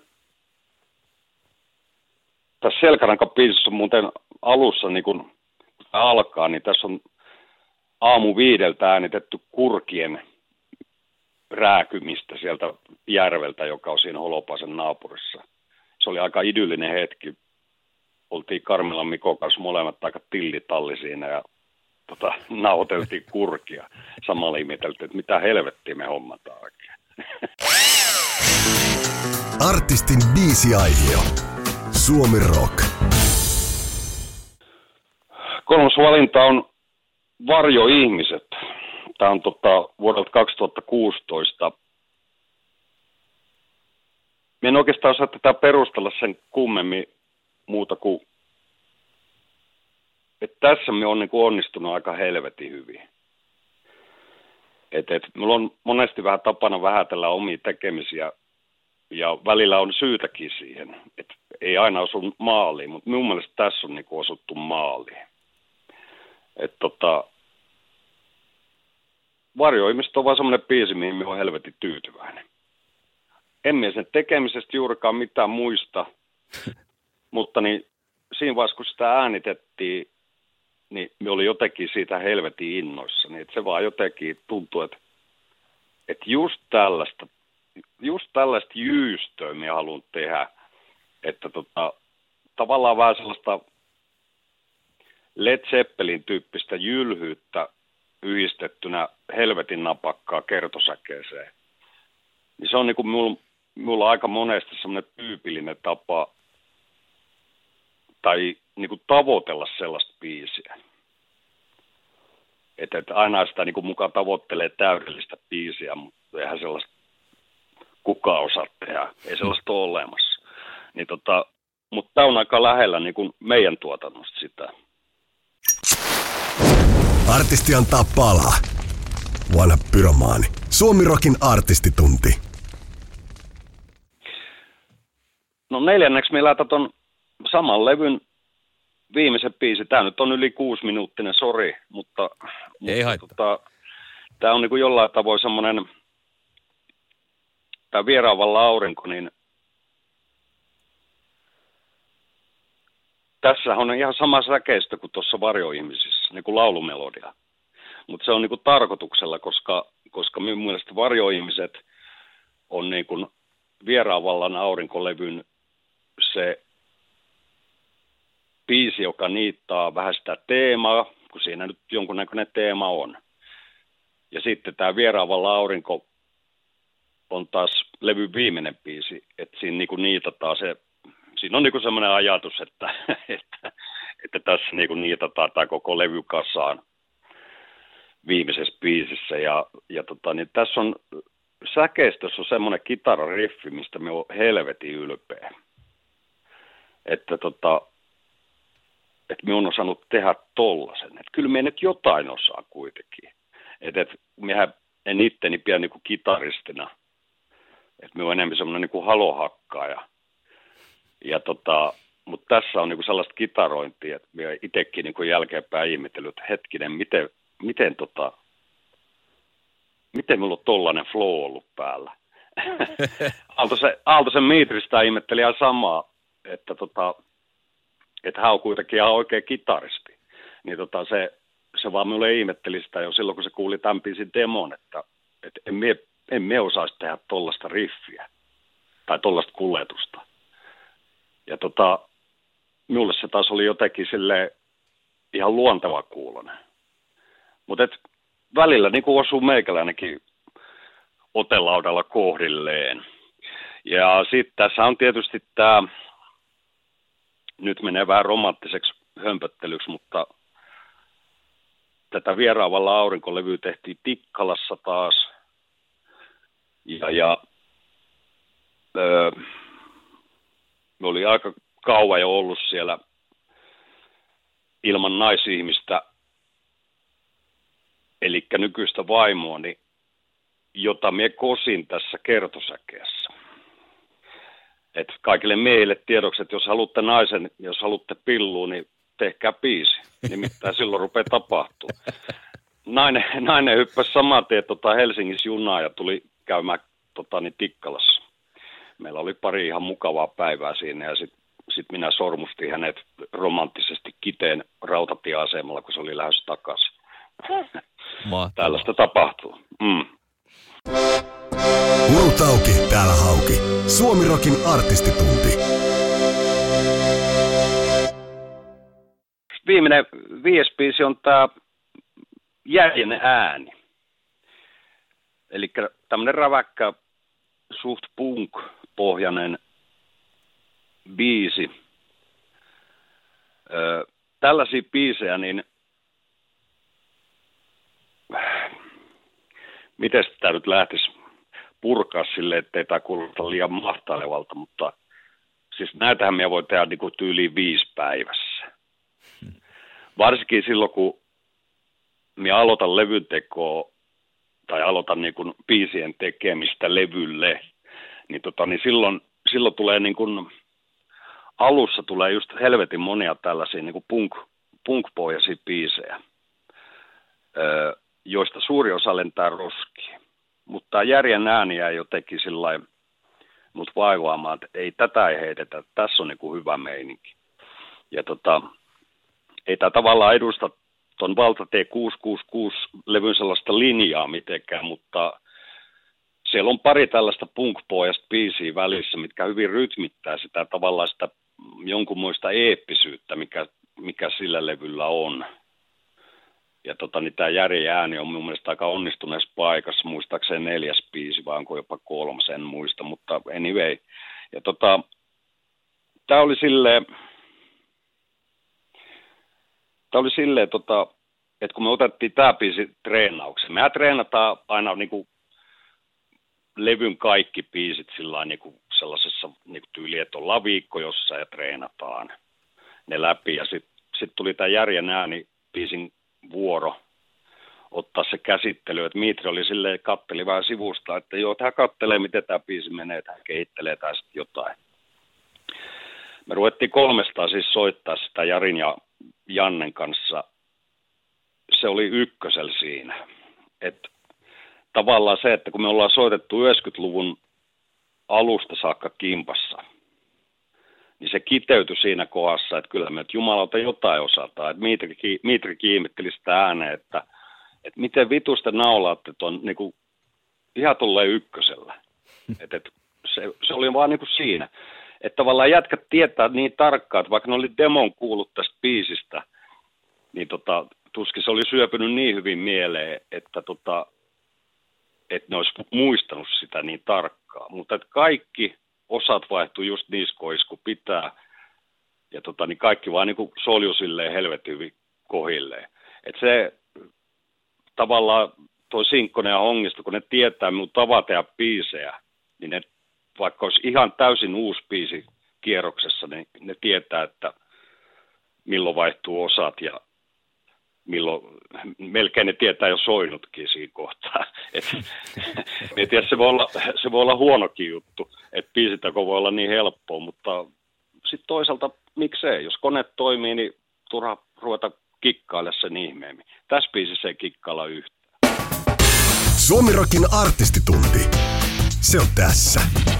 tässä selkärankabiisissä on muuten alussa, niin kun tämä alkaa, niin tässä on aamu viideltä äänitetty kurkien rääkymistä sieltä järveltä, joka on siinä Holopaisen naapurissa. Se oli aika idyllinen hetki. Oltiin Karmelan Mikon kanssa molemmat aika tillitalli siinä ja tota, nauhoiteltiin kurkia. Samalla ihmeteltiin, että mitä helvettiä me hommataan oikein. Artistin biisiaihio. Suomi Rock. Kolmas valinta on Varjoihmiset. Tämä on tota, vuodelta kaksituhattakuusitoista. Minä en oikeastaan osaa tätä perustella sen kummemmin muuta kuin, että tässä me on niin kuin onnistunut aika helvetin hyvin. Et, et, mulla on monesti vähän tapana vähätellä omia tekemisiä ja välillä on syytäkin siihen. Et ei aina osu maaliin, mutta minun mielestä tässä on niin kuin osuttu maaliin. Et, tota, Varjoihmiset on vaan semmoinen biisi, mihin minä olen helvetin tyytyväinen. En minä sen tekemisestä juurikaan mitään muista, mutta niin, siinä vaiheessa, kun sitä äänitettiin, niin me oli jotenkin siitä helvetin innoissa. Niin, että se vaan jotenkin tuntui, että, että just tällaista, just tällaista jyystöä minä haluan tehdä. Että tota, tavallaan vähän sellaista Led Zeppelin tyyppistä jylhyyttä yhdistettynä helvetin napakkaa kertosäkeeseen. Niin se on niin kuin mulla, mulla aika monesti semmoinen tyypillinen tapa tai niin kuin tavoitella sellaista biisiä. Että et aina sitä niin kuin mukaan tavoittelee täydellistä biisiä, mutta eihän sellaista kukaan osaa tehdä. Ei sellaista ole olemassa. Niin tota, mutta tämä on aika lähellä niin kuin meidän tuotannosta sitä. Artisti antaa palaa. Vanha pyromaani. Suomi Rockin artistitunti. No neljänneksi me lähtät ton saman levyn viimeisen biisi. Tämä nyt on yli kuusi minuuttinen, sori, mutta, ei haittaa. Tota, tämä on niin kuin jollain tavoin semmoinen, tämä Vieraanvalla aurinko, niin tässä on ihan sama säkeistö kuin tuossa Varjoihmisissä, niin kuin laulumelodia. Mutta se on niin kuin tarkoituksella, koska, koska minun mielestä Varjoihmiset on niin kuin Vieraanvallan aurinkolevyn se biisi, joka niittaa vähän sitä teemaa, kun siinä nyt jonkunnäköinen teema on. Ja sitten tämä Vieraanvallan aurinko on taas levyn viimeinen biisi, että siinä niin kuin niitataan se. Siinä on niin kuin semmoinen ajatus, että, että, että tässä niin kuin niitataan tämä koko levy kasaan viimeisessä biisissä. Ja, ja tota, niin tässä on säkeistössä on semmoinen kitarariffi, mistä me on helvetin ylpeä. Että tota, että me on osannut tehdä tollasen. Että kyllä me nyt jotain osaa kuitenkin. Että et, mehän en itteni pidä niin kuin kitaristina. Että me on enemmän semmoinen niin kuin halohakkaaja. Ja tota, mutta tässä on niinku sellaista kitarointia, että minä itsekin niinku jälkeenpäin ihmetellyt, että hetkinen, miten, miten, tota, miten minulla on tollainen flow ollut päällä. Aaltosen, Aaltosen Miitristä ihmetteli ihan samaa, että, tota, että hän on kuitenkin ihan oikea kitaristi. Niin tota, se, se vaan minulle ihmetteli sitä jo silloin, kun se kuuli tämän biisin demon, että, että en me, en me osaisi tehdä tollaista riffiä tai tollaista kuljetusta. Ja tota, minulle se taas oli jotenkin silleen ihan luonteva kuulonen. Mutta välillä niin kuin osuu meikäläinenkin otelaudalla kohdilleen. Ja sitten tässä on tietysti tämä, nyt menee vähän romanttiseksi hömpöttelyksi, mutta tätä Vieraavalla aurinkolevyä tehtiin Tikkalassa taas. Ja, ja öö, me oli aika kauan jo ollut siellä ilman naisihmistä, eli nykyistä vaimoani, jota me kosin tässä kertosäkeessä. Et kaikille miehille tiedoksi, että jos haluatte naisen, jos haluatte pilluun, niin tehkää biisi. Nimittäin silloin rupeaa tapahtuu. Nainen, nainen hyppäsi saman tien tota Helsingissä junaa ja tuli käymään tota, niin Tikkalassa. Meillä oli pari ihan mukavaa päivää siinä ja sitten sit minä sormustin hänet romanttisesti Kiteen rautatieasemalla, kun se oli lähdössä takaisin. Tällaista tapahtuu. Mm. Urut auki, täällä Hauki. Suomi-rokin artistitunti. Viimeinen viides biisi on tää Järjen ääni. Eli tämmönen räväkkä, suht punk-pohjainen biisi. Öö, tällaisia biisejä, niin miten tämä nyt lähtisi purkaa silleen, ettei tämä kuulosta liian mahtailevalta, mutta siis näitähän minä voi tehdä niin kuin tyyliin viisi päivässä. Varsinkin silloin, kun minä aloitan levyntekoa tai aloitan niin kuin biisien tekemistä levylle, niin, tota, niin silloin, silloin tulee niin kuin, alussa tulee just helvetin monia tällaisia niin kuin punk, punk-pohjaisia biisejä, öö, joista suuri osa lentää roskiin. Mutta Järjen ääniä jotenkin sillain mut vaivaamaan, että ei tätä ei heitetä, tässä on niin kuin hyvä meininki. Ja tota, ei tämä tavallaan edusta tuon Valtatie kuusi kuusi kuusi-levyn sellaista linjaa mitenkään, mutta siellä on pari tällaista punk-pohjasta biisiä välissä, mitkä hyvin rytmittää sitä tavallaan sitä jonkunmoista eeppisyyttä, mikä, mikä sillä levyllä on. Ja tota, niin tämä Järjen ääni on mun mielestä aika onnistuneessa paikassa, muistaakseni neljäs biisi, vai onko jopa kolmas, en muista, mutta anyway. Ja tota, tämä oli silleen, tämä oli silleen, tota, että kun me otettiin tämä biisi treenaukseen, mehän treenataan aina niin kuin levyn kaikki biisit sillain niin kuin sellaisessa niin kuin tyyliin, että ollaan viikko jossain ja treenataan ne läpi. Ja sitten sit tuli tämä Järjen ääni biisin vuoro ottaa se käsittely, että Mitri oli silleen, katteli vähän sivusta, että joo, hän kattelee, miten tämä biisi menee, että hän kehittelee tai sitten jotain. Me ruvettiin kolmestaan siis soittaa sitä Jarin ja Jannen kanssa. Se oli ykkösellä siinä. Että tavallaan se, että kun me ollaan soitettu yhdeksänkymmentäluvun alusta saakka kimpassa, niin se kiteytyi siinä kohdassa, että kyllä me että jumalauta jotain osataan. Että Mitri, Mitri kiimitteli sitä ääneen, että, että miten vitusta naulaatte tuon niin kuin, ihan tulleen ykkösellä. Että, että se, se oli vaan niin kuin siinä. Että tavallaan jätkät tietää niin tarkkaan, että vaikka ne oli demon kuullut tästä biisistä, niin tota, tuskin se oli syöpynyt niin hyvin mieleen, että, tota, että ne olisi muistanut sitä niin tarkkaan. Mutta että kaikki osat vaihtui just niissä kohdissa, kun pitää. Ja tota, niin kaikki vaan niin kuin solju silleen helvetin hyvin kohilleen. Että se tavallaan toi Sinkkonen ja Hongisto, kun ne tietää minun tava tehdä biisejä, niin ne, vaikka olisi ihan täysin uusi biisi kierroksessa, niin ne tietää, että milloin vaihtuu osat ja milloin, melkein ne tietää jo soinutkin siinä kohtaa. Et, en tiedä, se voi, olla, se voi olla huonokin juttu, että biisitako voi olla niin helppoa, mutta sitten toisaalta miksei, jos kone toimii, niin turha ruveta kikkailla sen ihmeemmin. Tässä biisissä ei kikkailla yhtään. Suomi-rokin artistitunti. Se on tässä.